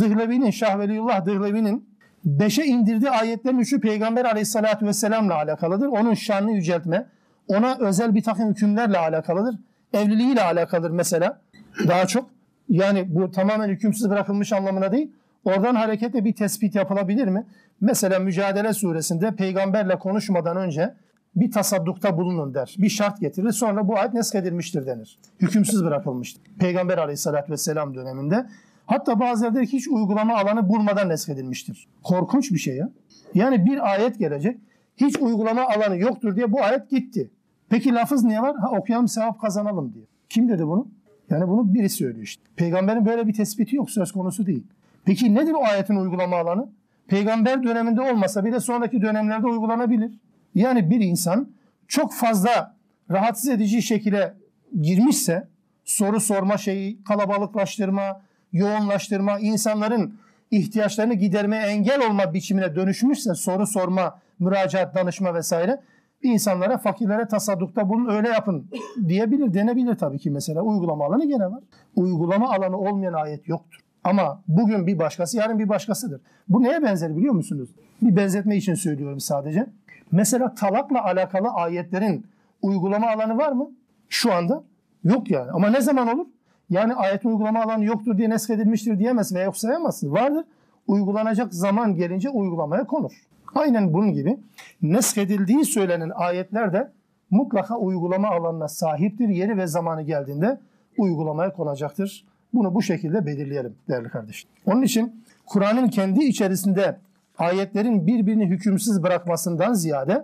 A: Şah Veliyullah Dihlevi'nin 5'e indirdiği ayetlerin 3'ü Peygamber Aleyhisselatü Vesselam'la alakalıdır. Onun şanını yüceltme, ona özel bir takım hükümlerle alakalıdır. Evliliğiyle alakalıdır mesela daha çok. Yani bu tamamen hükümsüz bırakılmış anlamına değil. Oradan hareketle bir tespit yapılabilir mi? Mesela Mücadele Suresinde peygamberle konuşmadan önce bir tasaddukta bulunun der. Bir şart getirir. Sonra bu ayet neskedilmiştir denir. Hükümsüz bırakılmıştır. Peygamber Aleyhisselatü Vesselam döneminde. Hatta bazıları hiç uygulama alanı bulmadan neskedilmiştir. Korkunç bir şey ya. Yani bir ayet gelecek. Hiç uygulama alanı yoktur diye bu ayet gitti. Peki lafız niye var? Okuyalım sevap kazanalım diye. Kim dedi bunu? Yani bunu biri söylüyor işte. Peygamberin böyle bir tespiti yok, söz konusu değil. Peki nedir o ayetin uygulama alanı? Peygamber döneminde olmasa bile sonraki dönemlerde uygulanabilir. Yani bir insan çok fazla rahatsız edici şekilde girmişse soru sorma şeyi, kalabalıklaştırma, yoğunlaştırma, insanların ihtiyaçlarını gidermeye engel olma biçimine dönüşmüşse soru sorma, müracaat, danışma vesaire insanlara, fakirlere tasaddukta bulun, öyle yapın diyebilir, denebilir tabii ki mesela. Uygulama alanı gene var. Uygulama alanı olmayan ayet yoktur. Ama bugün bir başkası, yarın bir başkasıdır. Bu neye benzer biliyor musunuz? Bir benzetme için söylüyorum sadece. Mesela talakla alakalı ayetlerin uygulama alanı var mı? Şu anda yok yani. Ama ne zaman olur? Yani ayetin uygulama alanı yoktur diye neskedilmiştir diyemez veya yok sayamazsın. Vardır. Uygulanacak zaman gelince uygulamaya konur. Aynen bunun gibi neskedildiği söylenen ayetler de mutlaka uygulama alanına sahiptir. Yeri ve zamanı geldiğinde uygulamaya konacaktır. Bunu bu şekilde belirleyelim değerli kardeşim. Onun için Kur'an'ın kendi içerisinde ayetlerin birbirini hükümsüz bırakmasından ziyade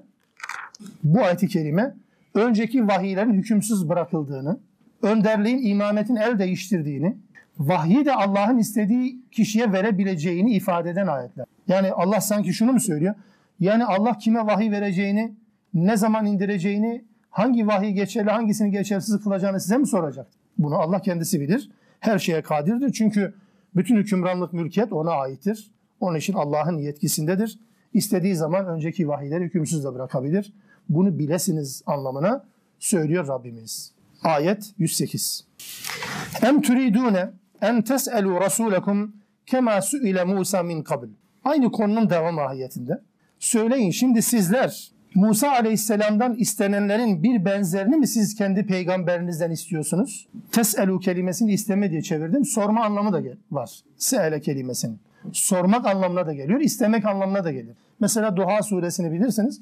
A: bu ayet-i kerime önceki vahiylerin hükümsüz bırakıldığını, önderliğin, imametin el değiştirdiğini, vahyi de Allah'ın istediği kişiye verebileceğini ifade eden ayetler. Yani Allah sanki şunu mu söylüyor? Yani Allah kime vahiy vereceğini, ne zaman indireceğini, hangi vahiy geçerli, hangisini geçersiz kılacağını size mi soracak? Bunu Allah kendisi bilir. Her şeye kadirdir. Çünkü bütün hükümranlık, mülkiyet ona aittir. Onun için Allah'ın yetkisindedir. İstediği zaman önceki vahiyleri hükümsüz de bırakabilir. Bunu bilesiniz anlamına söylüyor Rabbimiz. Ayet 108. Em turidune en tes'elu rasulakum kema su'ile Musa min kabl. Aynı konunun devam mahiyetinde. Söyleyin şimdi sizler Musa Aleyhisselam'dan istenenlerin bir benzerini mi siz kendi peygamberinizden istiyorsunuz? Tes'elu kelimesini isteme diye çevirdim. Sorma anlamı da var. Se'ele kelimesinin. Sormak anlamına da geliyor, istemek anlamına da gelir. Mesela Duha suresini bilirsiniz.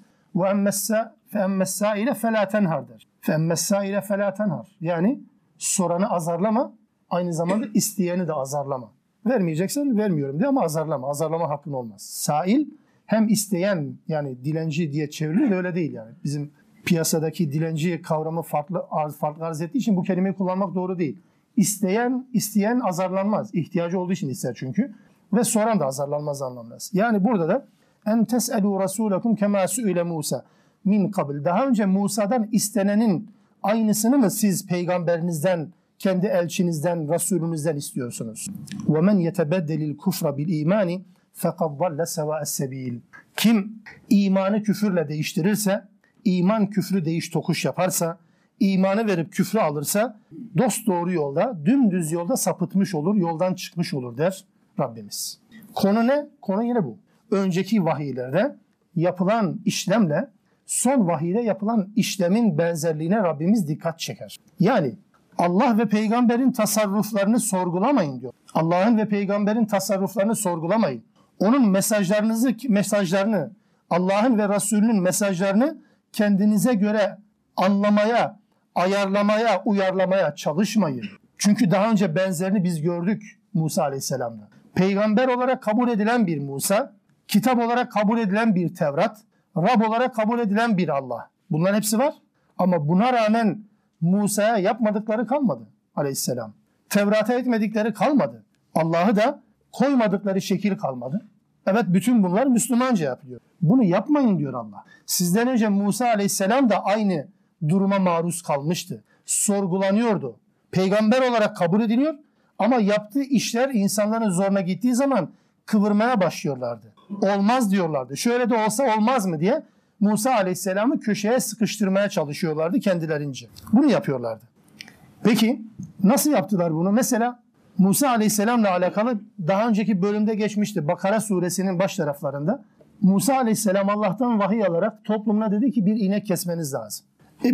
A: وَاَمَّسَّائِلَ فَلَا تَنْهَرْ der. فَاَمَّسَّائِلَ فَلَا تَنْهَرْ. Yani soranı azarlama, aynı zamanda isteyeni de azarlama. Vermeyeceksen vermiyorum de ama azarlama. Azarlama hakkın olmaz. Sail hem isteyen, yani dilenci diye çevrilir, öyle değil yani. Bizim piyasadaki dilenci kavramı farklı arz ettiği için bu kelimeyi kullanmak doğru değil. İsteyen azarlanmaz. İhtiyacı olduğu için ister çünkü. Ve soran da azarlanmaz anlamında. Yani burada da en tes'elu rasulakum kema su'ile Musa min kabl. Daha önce Musa'dan istenenin aynısını mı siz peygamberinizden, kendi elçinizden, Resulünüzden istiyorsunuz? وَمَنْ يَتَبَدَّلِ الْكُفْرَ بِالْا۪يمَانِ فَقَدْ ضَلَّ سَوَاءَ السَّب۪يلِ. Kim imanı küfürle değiştirirse, iman küfrü değiş tokuş yaparsa, imanı verip küfrü alırsa, dosdoğru yolda, dümdüz yolda sapıtmış olur, yoldan çıkmış olur der Rabbimiz. Konu ne? Konu yine bu. Önceki vahiylerde yapılan işlemle son vahiyde yapılan işlemin benzerliğine Rabbimiz dikkat çeker. Yani Allah ve peygamberin tasarruflarını sorgulamayın diyor. Allah'ın ve peygamberin tasarruflarını sorgulamayın. Onun mesajlarını, Allah'ın ve Resulünün mesajlarını kendinize göre anlamaya, ayarlamaya, uyarlamaya çalışmayın. Çünkü daha önce benzerini biz gördük Musa Aleyhisselam'da. Peygamber olarak kabul edilen bir Musa, kitap olarak kabul edilen bir Tevrat, Rab olarak kabul edilen bir Allah. Bunların hepsi var. Ama buna rağmen Musa'ya yapmadıkları kalmadı Aleyhisselam. Tevrat'a etmedikleri kalmadı. Allah'ı da koymadıkları şekil kalmadı. Evet, bütün bunlar Müslümanca yapılıyor. Bunu yapmayın diyor Allah. Sizden önce Musa Aleyhisselam da aynı duruma maruz kalmıştı. Sorgulanıyordu. Peygamber olarak kabul ediliyor ama yaptığı işler insanların zoruna gittiği zaman kıvırmaya başlıyorlardı. Olmaz diyorlardı. Şöyle de olsa olmaz mı diye Musa Aleyhisselam'ı köşeye sıkıştırmaya çalışıyorlardı kendilerince. Bunu yapıyorlardı. Peki nasıl yaptılar bunu? Mesela Musa Aleyhisselam'la alakalı daha önceki bölümde geçmişti. Bakara suresinin baş taraflarında. Musa Aleyhisselam Allah'tan vahiy alarak toplumuna dedi ki bir inek kesmeniz lazım.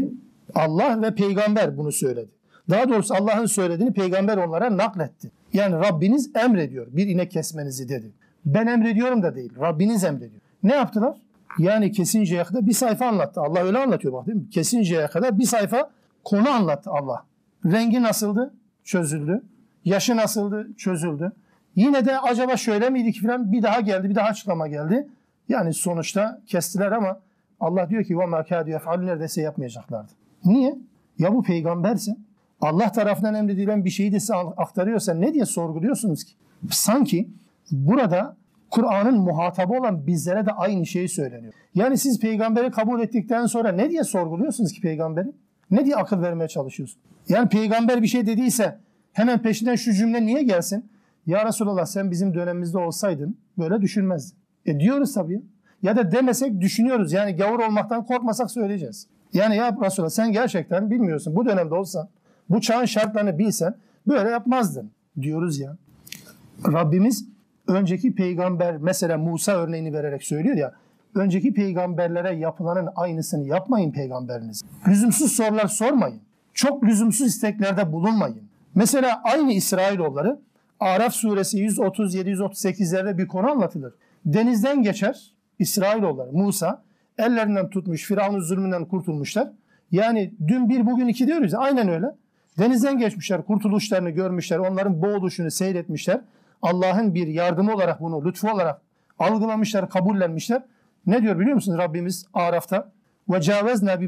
A: Allah ve peygamber bunu söyledi. Daha doğrusu Allah'ın söylediğini peygamber onlara nakletti. Yani Rabbiniz emrediyor bir inek kesmenizi dedi. Ben emrediyorum da değil. Rabbiniz emrediyor. Ne yaptılar? Yani kesinceye kadar bir sayfa anlattı. Allah öyle anlatıyor bak değil mi? Kesinceye kadar bir sayfa konu anlattı Allah. Rengi nasıldı? Çözüldü. Yaşı nasıldı? Çözüldü. Yine de acaba şöyle miydi ki falan bir daha geldi, bir daha açıklama geldi. Yani sonuçta kestiler ama Allah diyor ki وَمَا كَادُ يَفْعَلُ neredeyse yapmayacaklardı. Niye? Ya bu peygamberse, Allah tarafından emredilen bir şeyi de size aktarıyorsa ne diye sorguluyorsunuz ki? Sanki burada Kur'an'ın muhatabı olan bizlere de aynı şeyi söyleniyor. Yani siz peygamberi kabul ettikten sonra ne diye sorguluyorsunuz ki peygamberi? Ne diye akıl vermeye çalışıyorsunuz? Yani peygamber bir şey dediyse hemen peşinden şu cümle niye gelsin? Ya Resulallah sen bizim dönemimizde olsaydın böyle düşünmezdin. Diyoruz tabii. Ya da demesek düşünüyoruz. Yani gavur olmaktan korkmasak söyleyeceğiz. Yani ya Resulallah sen gerçekten bilmiyorsun. Bu dönemde olsan, bu çağın şartlarını bilsen böyle yapmazdın diyoruz ya. Rabbimiz önceki peygamber mesela Musa örneğini vererek söylüyor ya. Önceki peygamberlere yapılanın aynısını yapmayın peygamberiniz. Lüzumsuz sorular sormayın. Çok lüzumsuz isteklerde bulunmayın. Mesela aynı İsrailoğulları Araf suresi 137-138'lerde bir konu anlatılır. Denizden geçer İsrailoğulları Musa ellerinden tutmuş Firavun'un zulmünden kurtulmuşlar. Yani dün bir bugün iki diyoruz ya aynen öyle. Denizden geçmişler, kurtuluşlarını görmüşler, onların boğuluşunu seyretmişler. Allah'ın bir yardımı olarak bunu lütfu olarak algılamışlar, kabullenmişler. Ne diyor biliyor musunuz Rabbimiz Araf'ta? وَجَاوَزْنَا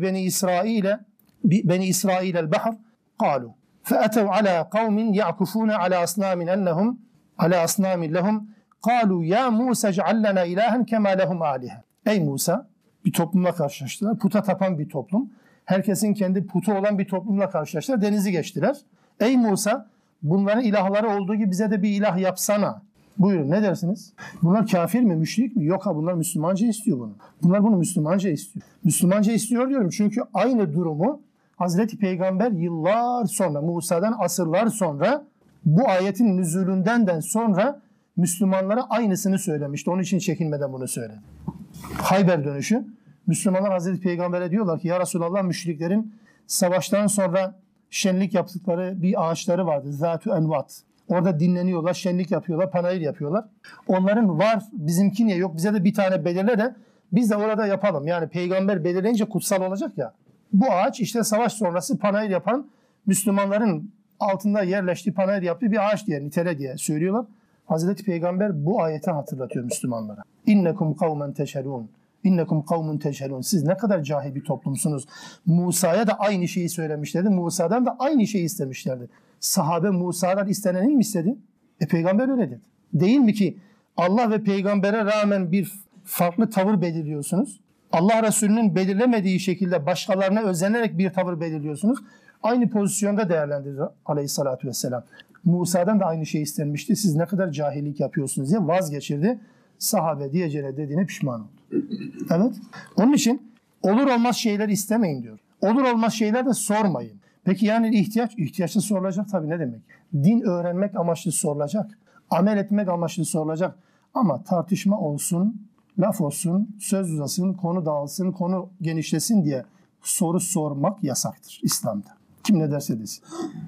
A: بِبَنِي إِسْرَائِيلَ الْبَحْرِ قَالُوا فَأَتَوْا عَلَى قَوْمٍ يَعْكُفُونَ عَلَى أَصْنَامٍ لَهُمْ قَالُوا يَا مُوسَى اجْعَلْ لَنَا إِلَٰهًا كَمَا لَهُمْ آلِهَةٌ. Ey Musa, bir toplumla karşılaştılar. Puta tapan bir toplum. Herkesin kendi putu olan bir toplumla karşılaştılar. Denizi geçtiler. Ey Musa, bunların ilahları olduğu gibi bize de bir ilah yapsana. Buyurun ne dersiniz? Bunlar kafir mi, müşrik mi? Yok ha bunlar Müslümanca istiyor bunu. Bunlar bunu Müslümanca istiyor. Müslümanca istiyor diyorum çünkü aynı durumu Hazreti Peygamber yıllar sonra, Musa'dan asırlar sonra bu ayetin nüzulünden sonra Müslümanlara aynısını söylemişti. Onun için çekinmeden bunu söyledi. Hayber dönüşü. Müslümanlar Hazreti Peygamber'e diyorlar ki ya Resulallah müşriklerin savaştan sonra şenlik yaptıkları bir ağaçları vardı. Zat-ı Envat. Orada dinleniyorlar, şenlik yapıyorlar, panayır yapıyorlar. Onların var, bizimki niye yok? Bize de bir tane belirle de biz de orada yapalım. Yani peygamber belirleyince kutsal olacak ya. Bu ağaç işte savaş sonrası panayır yapan Müslümanların altında yerleştiği, panayır yaptığı bir ağaç diye, nitele diye söylüyorlar. Hazreti Peygamber bu ayeti hatırlatıyor Müslümanlara. İnnekum kavmen teşhelun. İnnekum kavmun teşhelun. Siz ne kadar cahil bir toplumsunuz. Musa'ya da aynı şeyi söylemişlerdi. Musa'dan da aynı şeyi istemişlerdi. Sahabe Musa'dan istenenin mi istedi? Peygamber öyle dedi. Değil mi ki Allah ve peygambere rağmen bir farklı tavır belirliyorsunuz? Allah Resulü'nün belirlemediği şekilde başkalarına özenerek bir tavır belirliyorsunuz. Aynı pozisyonda değerlendirir aleyhissalatü vesselam. Musa'dan da aynı şey istenmişti. Siz ne kadar cahillik yapıyorsunuz diye vazgeçirdi. Sahabe diyeceğine dediğine pişman oldu. Evet. Onun için olur olmaz şeyler istemeyin diyor. Olur olmaz şeyler de sormayın. Peki yani ihtiyaçlı sorulacak tabii ne demek? Din öğrenmek amaçlı sorulacak. Amel etmek amaçlı sorulacak. Ama tartışma olsun, laf olsun, söz uzasın, konu dağılsın, konu genişlesin diye soru sormak yasaktır İslam'da. Kim ne derse desin.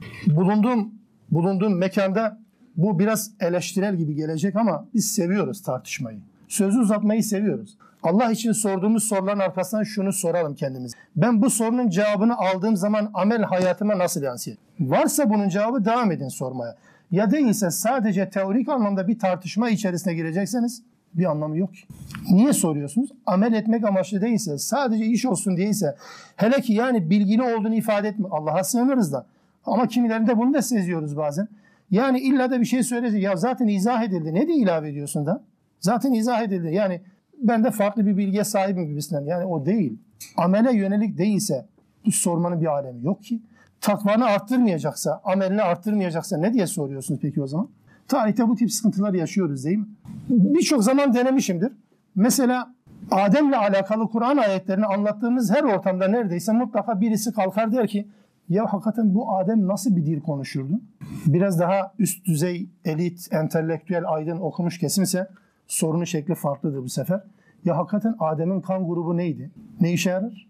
A: Bulunduğum mekanda bu biraz eleştirel gibi gelecek ama biz seviyoruz tartışmayı. Sözü uzatmayı seviyoruz. Allah için sorduğumuz soruların arkasından şunu soralım kendimize. Ben bu sorunun cevabını aldığım zaman amel hayatıma nasıl yansıyor? Varsa bunun cevabı devam edin sormaya. Ya değilse sadece teorik anlamda bir tartışma içerisine girecekseniz bir anlamı yok ki. Niye soruyorsunuz? Amel etmek amaçlı değilse, sadece iş olsun değilse, hele ki yani bilgili olduğunu ifade etme. Allah'a sığınırız da. Ama kimilerinde bunu da seziyoruz bazen. Yani illa da bir şey söyleyecek. Ya zaten izah edildi. Ne diye ilave ediyorsun da? Zaten izah edildi. Yani ben de farklı bir bilgiye sahibim gibisinden. Yani o değil. Amele yönelik değilse bu sormanın bir alemi yok ki. Takvanı arttırmayacaksa, amelini arttırmayacaksa ne diye soruyorsunuz peki o zaman? Tarihte bu tip sıkıntılar yaşıyoruz değil mi? Birçok zaman denemişimdir. Mesela Adem'le alakalı Kur'an ayetlerini anlattığımız her ortamda neredeyse mutlaka birisi kalkar der ki ya hakikaten bu Adem nasıl bir dil konuşurdu? Biraz daha üst düzey, elit, entelektüel, aydın okumuş kesimse sorunun şekli farklıdır bu sefer. Ya hakikaten Adem'in kan grubu neydi? Ne işe yarar?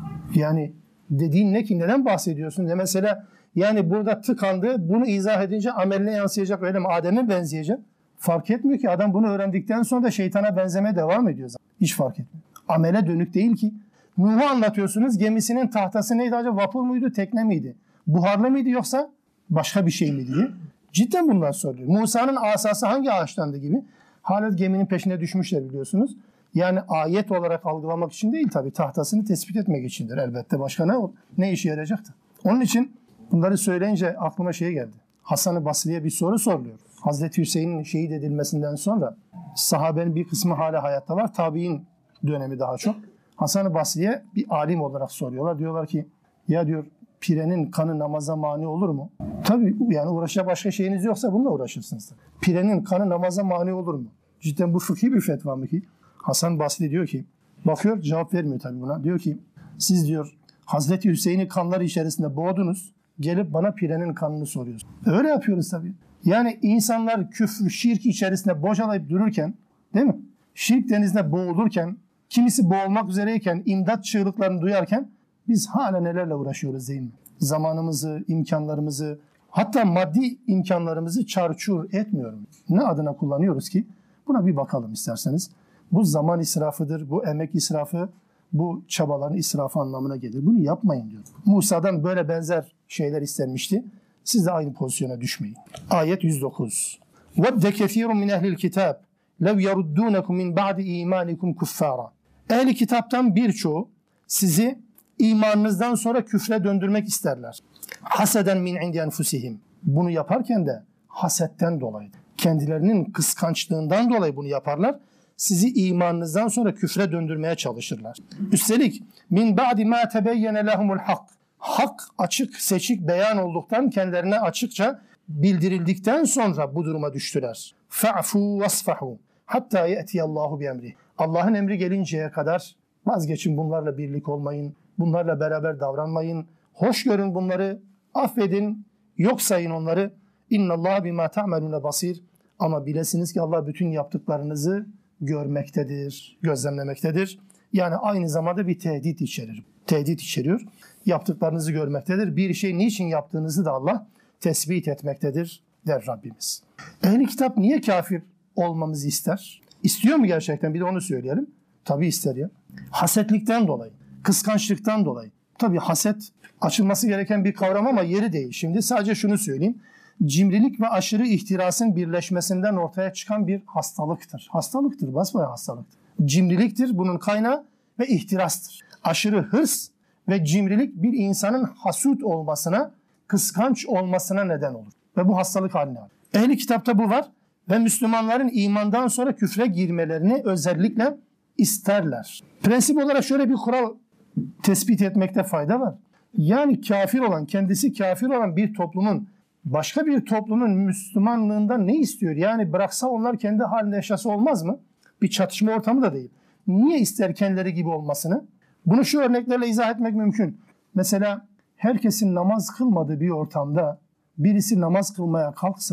A: Yani dediğin ne ki? Neden bahsediyorsun? Ya mesela yani burada tıkandı, bunu izah edince ameline yansıyacak, öyle mi? Adem'e benzeyecek. Fark etmiyor ki adam bunu öğrendikten sonra da şeytana benzemeye devam ediyor zaten. Hiç fark etmiyor. Amele dönük değil ki. Nuh'u anlatıyorsunuz, gemisinin tahtası neydi acaba? Vapur muydu, tekne miydi? Buharlı mıydı yoksa başka bir şey miydi diye. Cidden bundan soruyor. Musa'nın asası hangi ağaçtandı gibi. Hala geminin peşine düşmüşler biliyorsunuz. Yani ayet olarak algılamak için değil tabii, tahtasını tespit etmek içindir elbette. Başka ne işe yarayacaktı? Onun için bunları söyleyince aklıma şey geldi. Hasan-ı Basri'ye bir soru soruluyor. Hazreti Hüseyin'in şehit edilmesinden sonra sahabenin bir kısmı hala hayatta var. Tabi'in dönemi daha çok. Hasan-ı Basri'ye bir alim olarak soruyorlar. Diyorlar ki ya diyor pirenin kanı namaza mani olur mu? Tabii yani uğraşacak başka şeyiniz yoksa bununla uğraşırsınız. Pirenin kanı namaza mani olur mu? Cidden bu fıkhi bir fetva mı ki? Hasan Basri diyor ki, bakıyor cevap vermiyor tabii buna. Diyor ki siz diyor Hazreti Hüseyin'i kanları içerisinde boğdunuz. Gelip bana pirenin kanını soruyorsunuz. Öyle yapıyoruz tabii. Yani insanlar küfür, şirk içerisinde bocalayıp dururken, değil mi? Şirk denizinde boğulurken, kimisi boğulmak üzereyken, imdat çığlıklarını duyarken biz hala nelerle uğraşıyoruz değil mi? Zamanımızı, imkanlarımızı, hatta maddi imkanlarımızı çarçur etmiyorum. Ne adına kullanıyoruz ki? Buna bir bakalım isterseniz. Bu zaman israfıdır, bu emek israfı, bu çabaların israfı anlamına gelir. Bunu yapmayın diyor. Musa'dan böyle benzer şeyler istenmişti. Siz de aynı pozisyona düşmeyin. Ayet 109. وَدَّ كَثِيرٌ مِنْ اَهْلِ الْكِتَابِ لَوْ يَرُدُّونَكُمْ مِنْ بَعْدِ اِيمَانِكُمْ كُفَّارًا. Ehli kitaptan birçoğu sizi imanınızdan sonra küfre döndürmek isterler. Haseden min indi enfusihim. Bunu yaparken de hasetten dolayı, kendilerinin kıskançlığından dolayı bunu yaparlar. Sizi imanınızdan sonra küfre döndürmeye çalışırlar. Üstelik min ba'di ma tebeyyene lehumul hak. Hak açık seçik beyan olduktan, kendilerine açıkça bildirildikten sonra bu duruma düştüler. Fa'fu vasfahu hatta ye'tiyallahu bi emri. Allah'ın emri gelinceye kadar vazgeçin, bunlarla birlik olmayın, bunlarla beraber davranmayın. Hoş görün bunları, affedin, yok sayın onları. İnnallâhe bimâ ta'melûne basîr. Ama bilesiniz ki Allah bütün yaptıklarınızı görmektedir, gözlemlemektedir. Yani aynı zamanda bir tehdit içerir. Tehdit içeriyor. Yaptıklarınızı görmektedir. Bir şey niçin yaptığınızı da Allah tespit etmektedir der Rabbimiz. Ehli kitap niye kafir olmamızı ister? İstiyor mu gerçekten? Bir de onu söyleyelim. Tabii ister ya. Hasetlikten dolayı, kıskançlıktan dolayı. Tabii haset açılması gereken bir kavram ama yeri değil. Şimdi sadece şunu söyleyeyim. Cimrilik ve aşırı ihtirasın birleşmesinden ortaya çıkan bir hastalıktır. Hastalıktır, basbayağı hastalıktır. Cimriliktir bunun kaynağı ve ihtirastır. Aşırı hırs ve cimrilik bir insanın hasut olmasına, kıskanç olmasına neden olur. Ve bu hastalık haline alır. Ehli kitapta bu var ve Müslümanların imandan sonra küfre girmelerini özellikle isterler. Prensip olarak şöyle bir kural tespit etmekte fayda var. Yani kafir olan, kendisi kafir olan bir toplumun başka bir toplumun Müslümanlığından ne istiyor? Yani bıraksa onlar kendi halinde yaşasa olmaz mı? Bir çatışma ortamı da değil. Niye ister kendileri gibi olmasını? Bunu şu örneklerle izah etmek mümkün. Mesela herkesin namaz kılmadığı bir ortamda birisi namaz kılmaya kalksa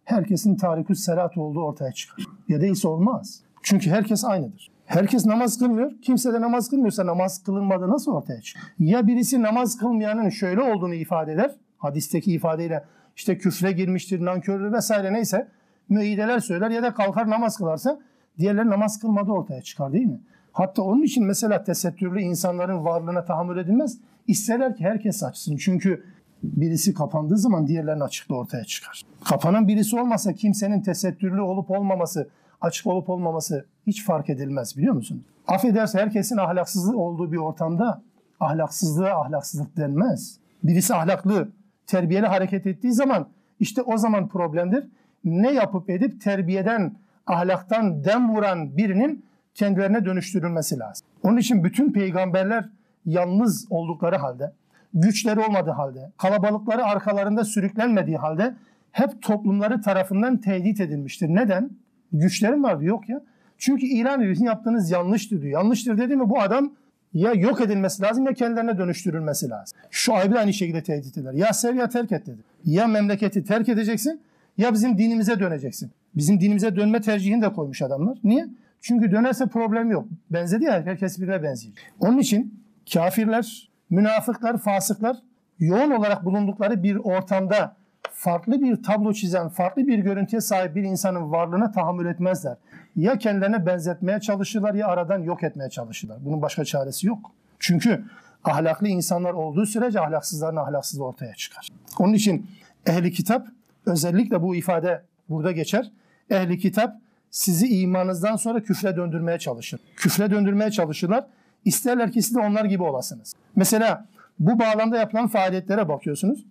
A: herkesin tarikü's selat olduğu ortaya çıkar. Ya değilse olmaz. Çünkü herkes aynıdır. Herkes namaz kılmıyor. Kimse de namaz kılmıyorsa namaz kılınmadığı nasıl ortaya çıkar? Ya birisi namaz kılmayanın şöyle olduğunu ifade eder. Hadisteki ifadeyle işte küfre girmiştir, nankördür vesaire neyse müeyyideler söyler ya da kalkar namaz kılarsa diğerleri namaz kılmadığı ortaya çıkar değil mi? Hatta onun için mesela tesettürlü insanların varlığına tahammül edilmez. İsterler ki herkes açsın. Çünkü birisi kapandığı zaman diğerlerinin açıklığı ortaya çıkar. Kapanan birisi olmasa kimsenin tesettürlü olup olmaması, açık olup olmaması hiç fark edilmez biliyor musun? Affederse herkesin ahlaksızlığı olduğu bir ortamda ahlaksızlığa ahlaksızlık denmez. Birisi ahlaklı, terbiyeli hareket ettiği zaman işte o zaman problemdir. Ne yapıp edip terbiyeden, ahlaktan dem vuran birinin kendilerine dönüştürülmesi lazım. Onun için bütün peygamberler yalnız oldukları halde, güçleri olmadığı halde, kalabalıkları arkalarında sürüklenmediği halde hep toplumları tarafından tehdit edilmiştir. Neden? Güçlerim var diyor. Yok ya. Çünkü ilan ediyorsun yaptığınız yanlıştır diyor. Yanlıştır dedi mi bu adam ya yok edilmesi lazım ya kendilerine dönüştürülmesi lazım. Şuayb'ı aynı şekilde tehdit eder. Ya sev ya terk et dedi. Ya memleketi terk edeceksin ya bizim dinimize döneceksin. Bizim dinimize dönme tercihini de koymuş adamlar. Niye? Çünkü dönerse problem yok. Benzedi ya herkes birbirine benziyor. Onun için kafirler, münafıklar, fasıklar yoğun olarak bulundukları bir ortamda farklı bir tablo çizen, farklı bir görüntüye sahip bir insanın varlığına tahammül etmezler. Ya kendilerine benzetmeye çalışırlar ya aradan yok etmeye çalışırlar. Bunun başka çaresi yok. Çünkü ahlaklı insanlar olduğu sürece ahlaksızların ahlaksızlığı ortaya çıkar. Onun için ehli kitap özellikle bu ifade burada geçer. Ehli kitap sizi imanınızdan sonra küfre döndürmeye çalışır. Küfre döndürmeye çalışırlar. İsterler ki siz de onlar gibi olasınız. Mesela bu bağlamda yapılan faaliyetlere bakıyorsunuz.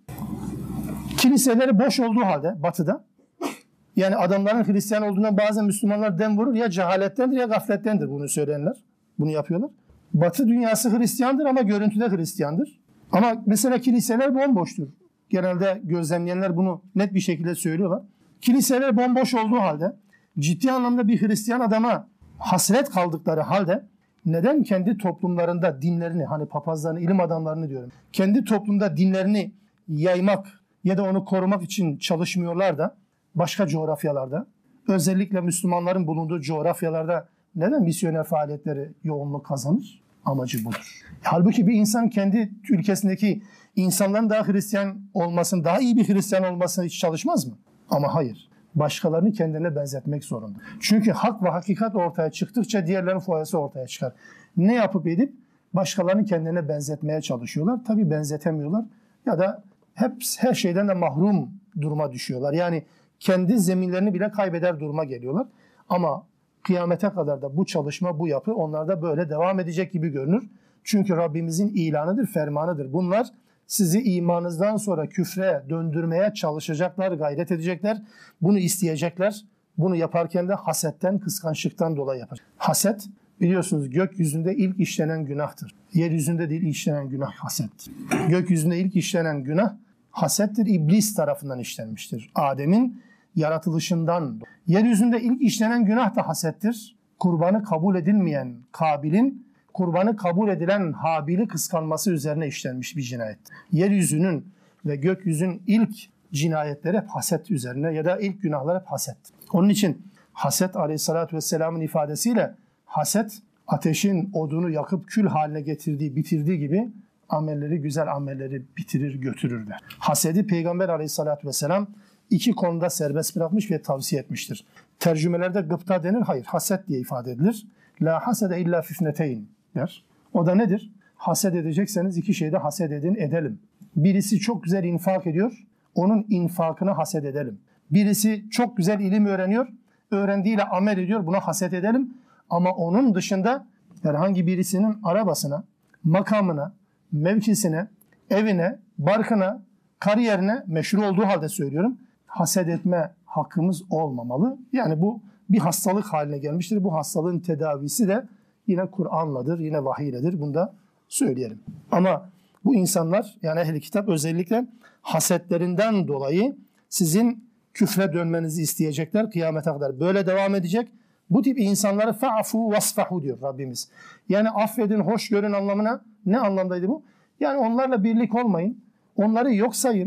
A: Kiliseleri boş olduğu halde batıda, yani adamların Hristiyan olduğuna bazen Müslümanlar dem vurur ya cehalettendir ya gaflettendir bunu söyleyenler. Bunu yapıyorlar. Batı dünyası Hristiyandır ama görüntüde Hristiyandır. Ama mesela kiliseler bomboştur. Genelde gözlemleyenler bunu net bir şekilde söylüyorlar. Kiliseler bomboş olduğu halde ciddi anlamda bir Hristiyan adama hasret kaldıkları halde neden kendi toplumlarında dinlerini, hani papazlarını, ilim adamlarını diyorum, kendi toplumda dinlerini yaymak ya da onu korumak için çalışmıyorlar da başka coğrafyalarda, özellikle Müslümanların bulunduğu coğrafyalarda neden misyoner faaliyetleri yoğunluk kazanır? Amacı budur. Halbuki bir insan kendi ülkesindeki insanların daha Hristiyan olmasını, daha iyi bir Hristiyan olmasını hiç çalışmaz mı? Ama hayır. Başkalarını kendine benzetmek zorunda. Çünkü hak ve hakikat ortaya çıktıkça diğerlerinin foyası ortaya çıkar. Ne yapıp edip başkalarını kendine benzetmeye çalışıyorlar. Tabii benzetemiyorlar ya da hep her şeyden de mahrum duruma düşüyorlar. Yani kendi zeminlerini bile kaybeder duruma geliyorlar. Ama kıyamete kadar da bu çalışma, bu yapı onlarda böyle devam edecek gibi görünür. Çünkü Rabbimizin ilanıdır, fermanıdır. Bunlar sizi imanınızdan sonra küfre döndürmeye çalışacaklar, gayret edecekler. Bunu isteyecekler. Bunu yaparken de hasetten, kıskançlıktan dolayı yapar. Haset biliyorsunuz gökyüzünde ilk işlenen günahtır. Yeryüzünde değil işlenen günah hasettir. Gökyüzünde ilk işlenen günah hasettir. İblis tarafından işlenmiştir. Adem'in yaratılışından. Yeryüzünde ilk işlenen günah da hasettir. Kurbanı kabul edilmeyen Kabil'in kurbanı kabul edilen Habil'i kıskanması üzerine işlenmiş bir cinayet. Yeryüzünün ve gökyüzünün ilk cinayetleri hep haset üzerine ya da ilk günahlar hep haset. Onun için haset aleyhissalatü vesselamın ifadesiyle haset ateşin odunu yakıp kül haline getirdiği, bitirdiği gibi amelleri, güzel amelleri bitirir, götürür der. Hasedi Peygamber aleyhissalatü vesselam iki konuda serbest bırakmış ve tavsiye etmiştir. Tercümelerde gıpta denir, hayır haset diye ifade edilir. La hasede illa fitneteyn der. O da nedir? Haset edecekseniz iki şeyde haset edin, edelim. Birisi çok güzel infak ediyor, onun infakını haset edelim. Birisi çok güzel ilim öğreniyor, öğrendiğiyle amel ediyor, buna haset edelim. Ama onun dışında herhangi birisinin arabasına, makamına, mevkisine, evine, barkına, kariyerine meşru olduğu halde söylüyorum, haset etme hakkımız olmamalı. Yani bu bir hastalık haline gelmiştir. Bu hastalığın tedavisi de yine Kur'an'ladır, yine vahiyledir. Bunu da söyleyelim. Ama bu insanlar, yani ehl-i kitap özellikle hasetlerinden dolayı sizin küfre dönmenizi isteyecekler. Kıyamete kadar böyle devam edecek. Bu tip insanları fa'fu vasfahu diyor Rabbimiz. Yani affedin, hoş görün anlamına. Ne anlamdaydı bu? Yani onlarla birlik olmayın. Onları yok sayın.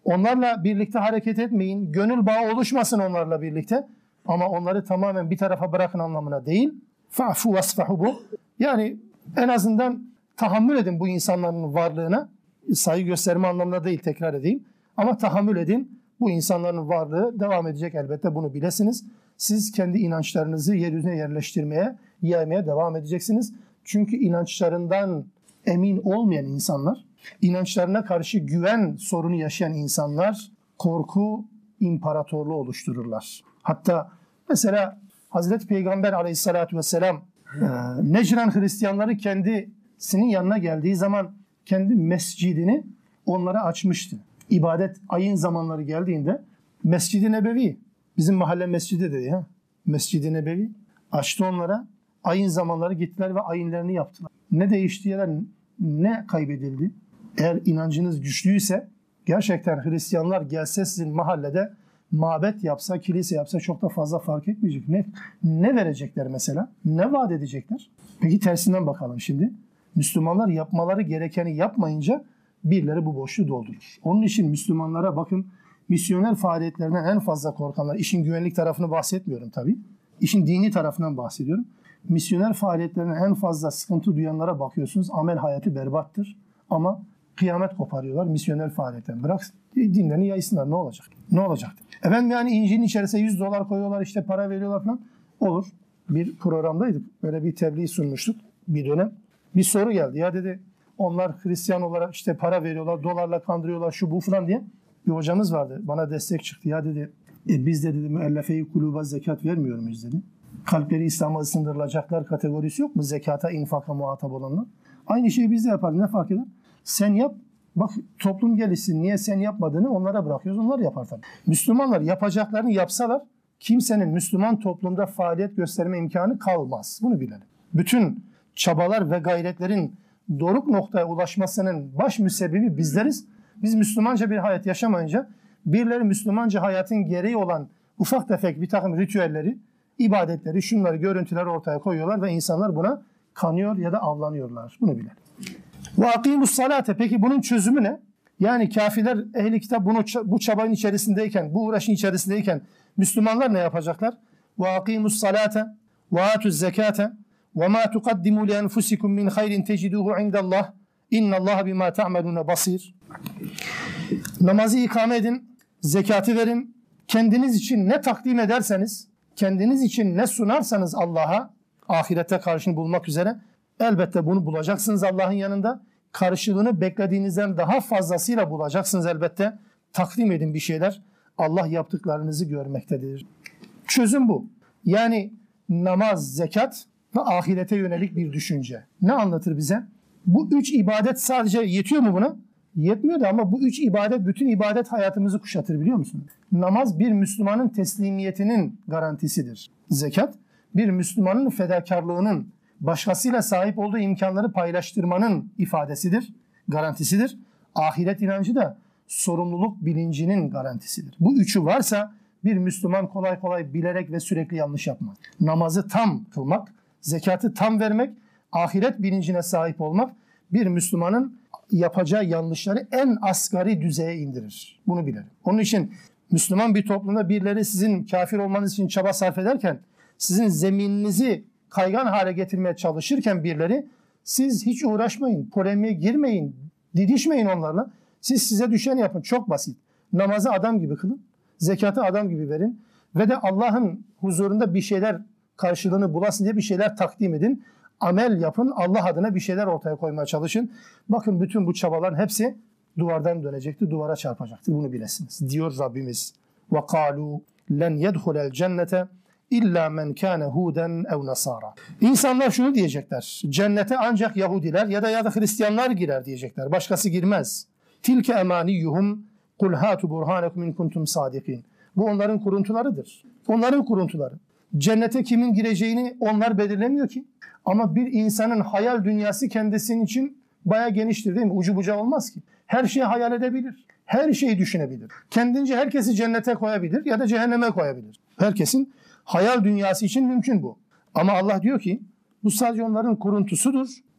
A: Onlarla birlikte hareket etmeyin. Gönül bağı oluşmasın onlarla birlikte. Ama onları tamamen bir tarafa bırakın anlamına değil. Fa'fu vasfahu bu. Yani en azından tahammül edin bu insanların varlığına. Saygı gösterme anlamında değil, tekrar edeyim. Ama tahammül edin. Bu insanların varlığı devam edecek elbette, bunu bilesiniz. Siz kendi inançlarınızı yeryüzüne yerleştirmeye, yaymaya devam edeceksiniz. Çünkü inançlarından emin olmayan insanlar, inançlarına karşı güven sorunu yaşayan insanlar korku imparatorluğu oluştururlar. Hatta mesela Hazreti Peygamber aleyhissalatü vesselam Necran Hristiyanları kendisinin yanına geldiği zaman kendi mescidini onlara açmıştı. İbadet ayın zamanları geldiğinde Mescid-i Nebevi, bizim mahalle mescidi dedi ya, Mescid-i Nebevi açtı onlara. Ayın zamanları gittiler ve ayinlerini yaptılar. Ne değişti ya da ne kaybedildi? Eğer inancınız güçlüyse gerçekten Hristiyanlar gelse sizin mahallede mabet yapsa, kilise yapsa çok da fazla fark etmeyecek. Ne verecekler mesela? Ne vaat edecekler? Peki tersinden bakalım şimdi. Müslümanlar yapmaları gerekeni yapmayınca birileri bu boşluğu doldurur. Onun için Müslümanlara bakın, misyoner faaliyetlerinden en fazla korkanlar, işin güvenlik tarafını bahsetmiyorum tabii. İşin dini tarafından bahsediyorum. Misyoner faaliyetlerinden en fazla sıkıntı duyanlara bakıyorsunuz. Amel hayatı berbattır ama kıyamet koparıyorlar misyoner faaliyetten. Bırak dinlerini yaysınlar, ne olacak? Ne olacak? Efendim yani İncil'in içerisine $100 koyuyorlar, işte para veriyorlar falan. Olur. Bir programdaydık. Böyle bir tebliğ sunmuştuk bir dönem. Bir soru geldi. Ya dedi, onlar Hristiyan olarak işte para veriyorlar, dolarla kandırıyorlar, şu bu falan diye. Bir hocamız vardı. Bana destek çıktı. Ya dedi, biz de dedi müellefe-i kuluba zekat vermiyor muyuz dedi. Kalpleri İslam'a ısındırılacaklar kategorisi yok mu? Zekata, infaka muhatap olanlar. Aynı şeyi biz de yaparız. Ne fark eder? Sen yap. Bak toplum gelişsin. Niye sen yapmadığını onlara bırakıyoruz. Onlar yapar tabii. Müslümanlar yapacaklarını yapsalar kimsenin Müslüman toplumda faaliyet gösterme imkanı kalmaz. Bunu bilelim. Bütün çabalar ve gayretlerin doruk noktaya ulaşmasının baş müsebbibi bizleriz. Biz Müslümanca bir hayat yaşamayınca birileri Müslümanca hayatın gereği olan ufak tefek bir takım ritüelleri, ibadetleri, şunları, görüntüleri ortaya koyuyorlar ve insanlar buna kanıyor ya da avlanıyorlar. Bunu bilelim. Ve akimus salate. Peki bunun çözümü ne? Yani kafirler, ehli kitap bu çabanın içerisindeyken, bu uğraşın içerisindeyken Müslümanlar ne yapacaklar? Ve akimus salate ve atuz zekate ve ma tuqaddimu li enfusikum min hayrin teciduhu indallah. İnnallâhe bimâ ta'melûne basîr. Namazı ikame edin, zekatı verin. Kendiniz için ne takdim ederseniz, kendiniz için ne sunarsanız Allah'a, ahirette karşını bulmak üzere, elbette bunu bulacaksınız Allah'ın yanında. Karşılığını beklediğinizden daha fazlasıyla bulacaksınız elbette. Takdim edin bir şeyler. Allah yaptıklarınızı görmektedir. Çözüm bu. Yani namaz, zekat ve ahirete yönelik bir düşünce. Ne anlatır bize? Bu üç ibadet sadece yetiyor mu buna? Yetmiyor da ama bu üç ibadet bütün ibadet hayatımızı kuşatır, biliyor musunuz? Namaz bir Müslümanın teslimiyetinin garantisidir. Zekat bir Müslümanın fedakarlığının, başkasıyla sahip olduğu imkanları paylaştırmanın ifadesidir, garantisidir. Ahiret inancı da sorumluluk bilincinin garantisidir. Bu üçü varsa bir Müslüman kolay kolay bilerek ve sürekli yanlış yapmaz. Namazı tam kılmak, zekatı tam vermek, ahiret bilincine sahip olmak bir Müslümanın yapacağı yanlışları en asgari düzeye indirir. Bunu bilelim. Onun için Müslüman bir toplumda birileri sizin kafir olmanız için çaba sarf ederken, sizin zemininizi kaygan hale getirmeye çalışırken birileri, siz hiç uğraşmayın, polemiğe girmeyin, didişmeyin onlarla. Siz size düşen yapın. Çok basit. Namazı adam gibi kılın, zekatı adam gibi verin ve de Allah'ın huzurunda bir şeyler karşılığını bulasın diye bir şeyler takdim edin. Amel yapın, Allah adına bir şeyler ortaya koymaya çalışın. Bakın bütün bu çabaların hepsi duvardan dönecektir, duvara çarpacaktır. Bunu bilesiniz. Diyor Rabbimiz. وَقَالُوا لَنْ يَدْخُلَ الْجَنَّةَ İlla men kâne huden ev nasara. İnsanlar şunu diyecekler. Cennete ancak Yahudiler ya da Hristiyanlar girer diyecekler. Başkası girmez. Tilke emaniyuhum kul hatu burhanekum in kuntum sadikin. Bu onların kuruntularıdır. Onların kuruntuları. Cennete kimin gireceğini onlar belirlemiyor ki. Ama bir insanın hayal dünyası kendisinin için bayağı geniştir, değil mi? Ucu bucağı olmaz ki. Her şeyi hayal edebilir. Her şeyi düşünebilir. Kendince herkesi cennete koyabilir ya da cehenneme koyabilir. Herkesin hayal dünyası için mümkün bu. Ama Allah diyor ki bu sadece onların kuruntusudur.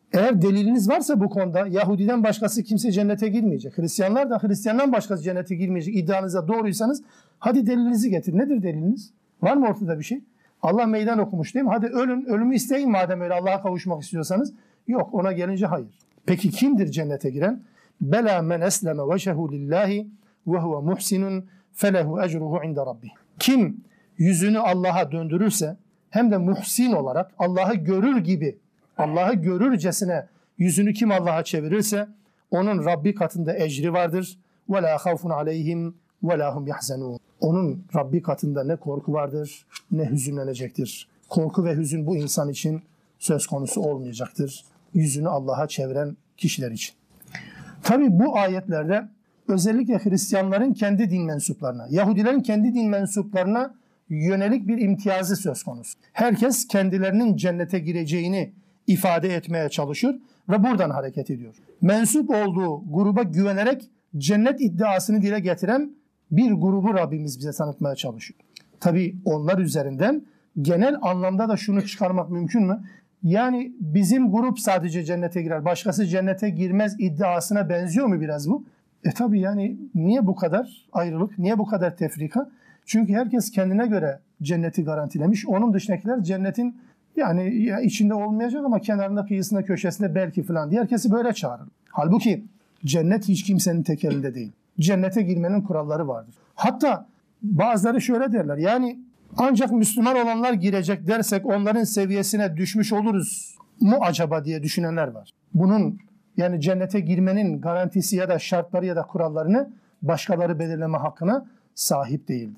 A: Eğer deliliniz varsa bu konuda Yahudiden başkası kimse cennete girmeyecek. Hristiyanlar da Hristiyandan başkası cennete girmeyecek iddianıza doğruysanız hadi delilinizi getir. Nedir deliliniz? Var mı ortada bir şey? Allah meydan okumuş değil mi? Hadi ölün, ölümü isteyin madem öyle Allah'a kavuşmak istiyorsanız. Yok, ona gelince hayır. Peki kimdir cennete giren? Bela men esleme veşehu lillahi ve huve muhsinun felehu ecruhu inde rabbih. Kim yüzünü Allah'a döndürürse hem de muhsin olarak Allah'ı görür gibi, Allah'ı görürcesine yüzünü kim Allah'a çevirirse onun Rabbi katında ecri vardır. Ve la havfun aleyhim ve la hum yahzenun. Onun Rabbi katında ne korku vardır ne hüzünlenecektir. Korku ve hüzün bu insan için söz konusu olmayacaktır. Yüzünü Allah'a çeviren kişiler için. Tabi bu ayetlerde özellikle Hristiyanların kendi din mensuplarına, Yahudilerin kendi din mensuplarına yönelik bir imtiyazı söz konusu. Herkes kendilerinin cennete gireceğini ifade etmeye çalışıyor ve buradan hareket ediyor. Mensup olduğu gruba güvenerek cennet iddiasını dile getiren bir grubu Rabbimiz bize tanıtmaya çalışıyor. Tabii onlar üzerinden genel anlamda da şunu çıkarmak mümkün mü? Yani bizim grup sadece cennete girer, başkası cennete girmez iddiasına benziyor mu biraz bu? Tabii yani niye bu kadar ayrılık, niye bu kadar tefrika? Çünkü herkes kendine göre cenneti garantilemiş. Onun dışındakiler cennetin yani ya içinde olmayacak ama kenarında, kıyısında, köşesinde belki falan diye herkesi böyle çağırır. Halbuki cennet hiç kimsenin tek elinde değil. Cennete girmenin kuralları vardır. Hatta bazıları şöyle derler. Yani ancak Müslüman olanlar girecek dersek onların seviyesine düşmüş oluruz mu acaba diye düşünenler var. Bunun yani cennete girmenin garantisi ya da şartları ya da kurallarını başkaları belirleme hakkına sahip değildir.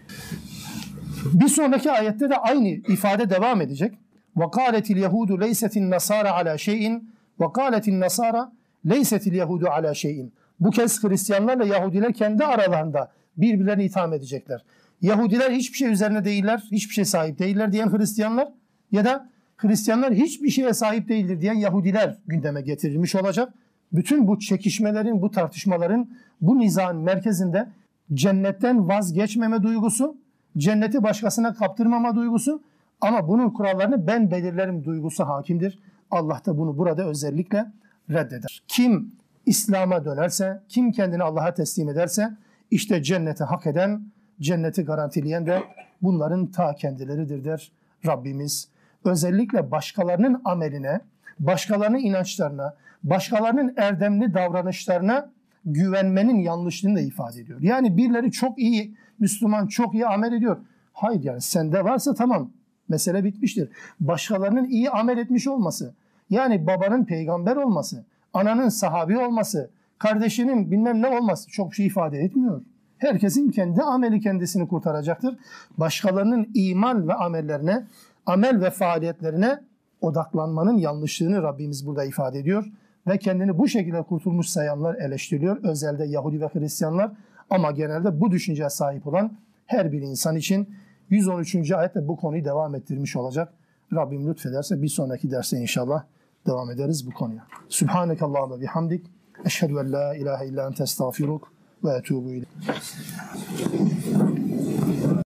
A: Bir sonraki ayette de aynı ifade devam edecek. وَقَالَتِ الْيَهُودُ لَيْسَتِ النَّصَارَ عَلَى شَيْءٍ وَقَالَتِ النَّصَارَ لَيْسَتِ الْيَهُودُ عَلَى شَيْءٍ. Bu kez Hristiyanlarla Yahudiler kendi aralarında birbirlerini itham edecekler. Yahudiler hiçbir şey üzerine değiller, hiçbir şey sahip değiller diyen Hristiyanlar ya da Hristiyanlar hiçbir şeye sahip değildir diyen Yahudiler gündeme getirilmiş olacak. Bütün bu çekişmelerin, bu tartışmaların, bu nizanın merkezinde cennetten vazgeçmeme duygusu, cenneti başkasına kaptırmama duygusu ama bunun kurallarını ben belirlerim duygusu hakimdir. Allah da bunu burada özellikle reddeder. Kim İslam'a dönerse, kim kendini Allah'a teslim ederse işte cenneti hak eden, cenneti garantileyen de bunların ta kendileridir der Rabbimiz. Özellikle başkalarının ameline, başkalarının inançlarına, başkalarının erdemli davranışlarına güvenmenin yanlışlığını da ifade ediyor. Yani birileri çok iyi Müslüman, çok iyi amel ediyor. Hayır yani sende varsa tamam, mesele bitmiştir. Başkalarının iyi amel etmiş olması, yani babanın peygamber olması, ananın sahabi olması, kardeşinin bilmem ne olması çok şey ifade etmiyor. Herkesin kendi ameli kendisini kurtaracaktır. Başkalarının iman ve amellerine, amel ve faaliyetlerine odaklanmanın yanlışlığını Rabbimiz burada ifade ediyor. Ve kendini bu şekilde kurtulmuş sayanlar eleştiriliyor. Özellikle Yahudi ve Hristiyanlar ama genelde bu düşünceye sahip olan her bir insan için 113. ayette bu konuyu devam ettirmiş olacak. Rabbim lütfederse bir sonraki derste inşallah devam ederiz bu konuya. Subhanekallahumma bihamdik. Eşhedü en la ilahe illa ente estağfiruk ve etûbü ileyk.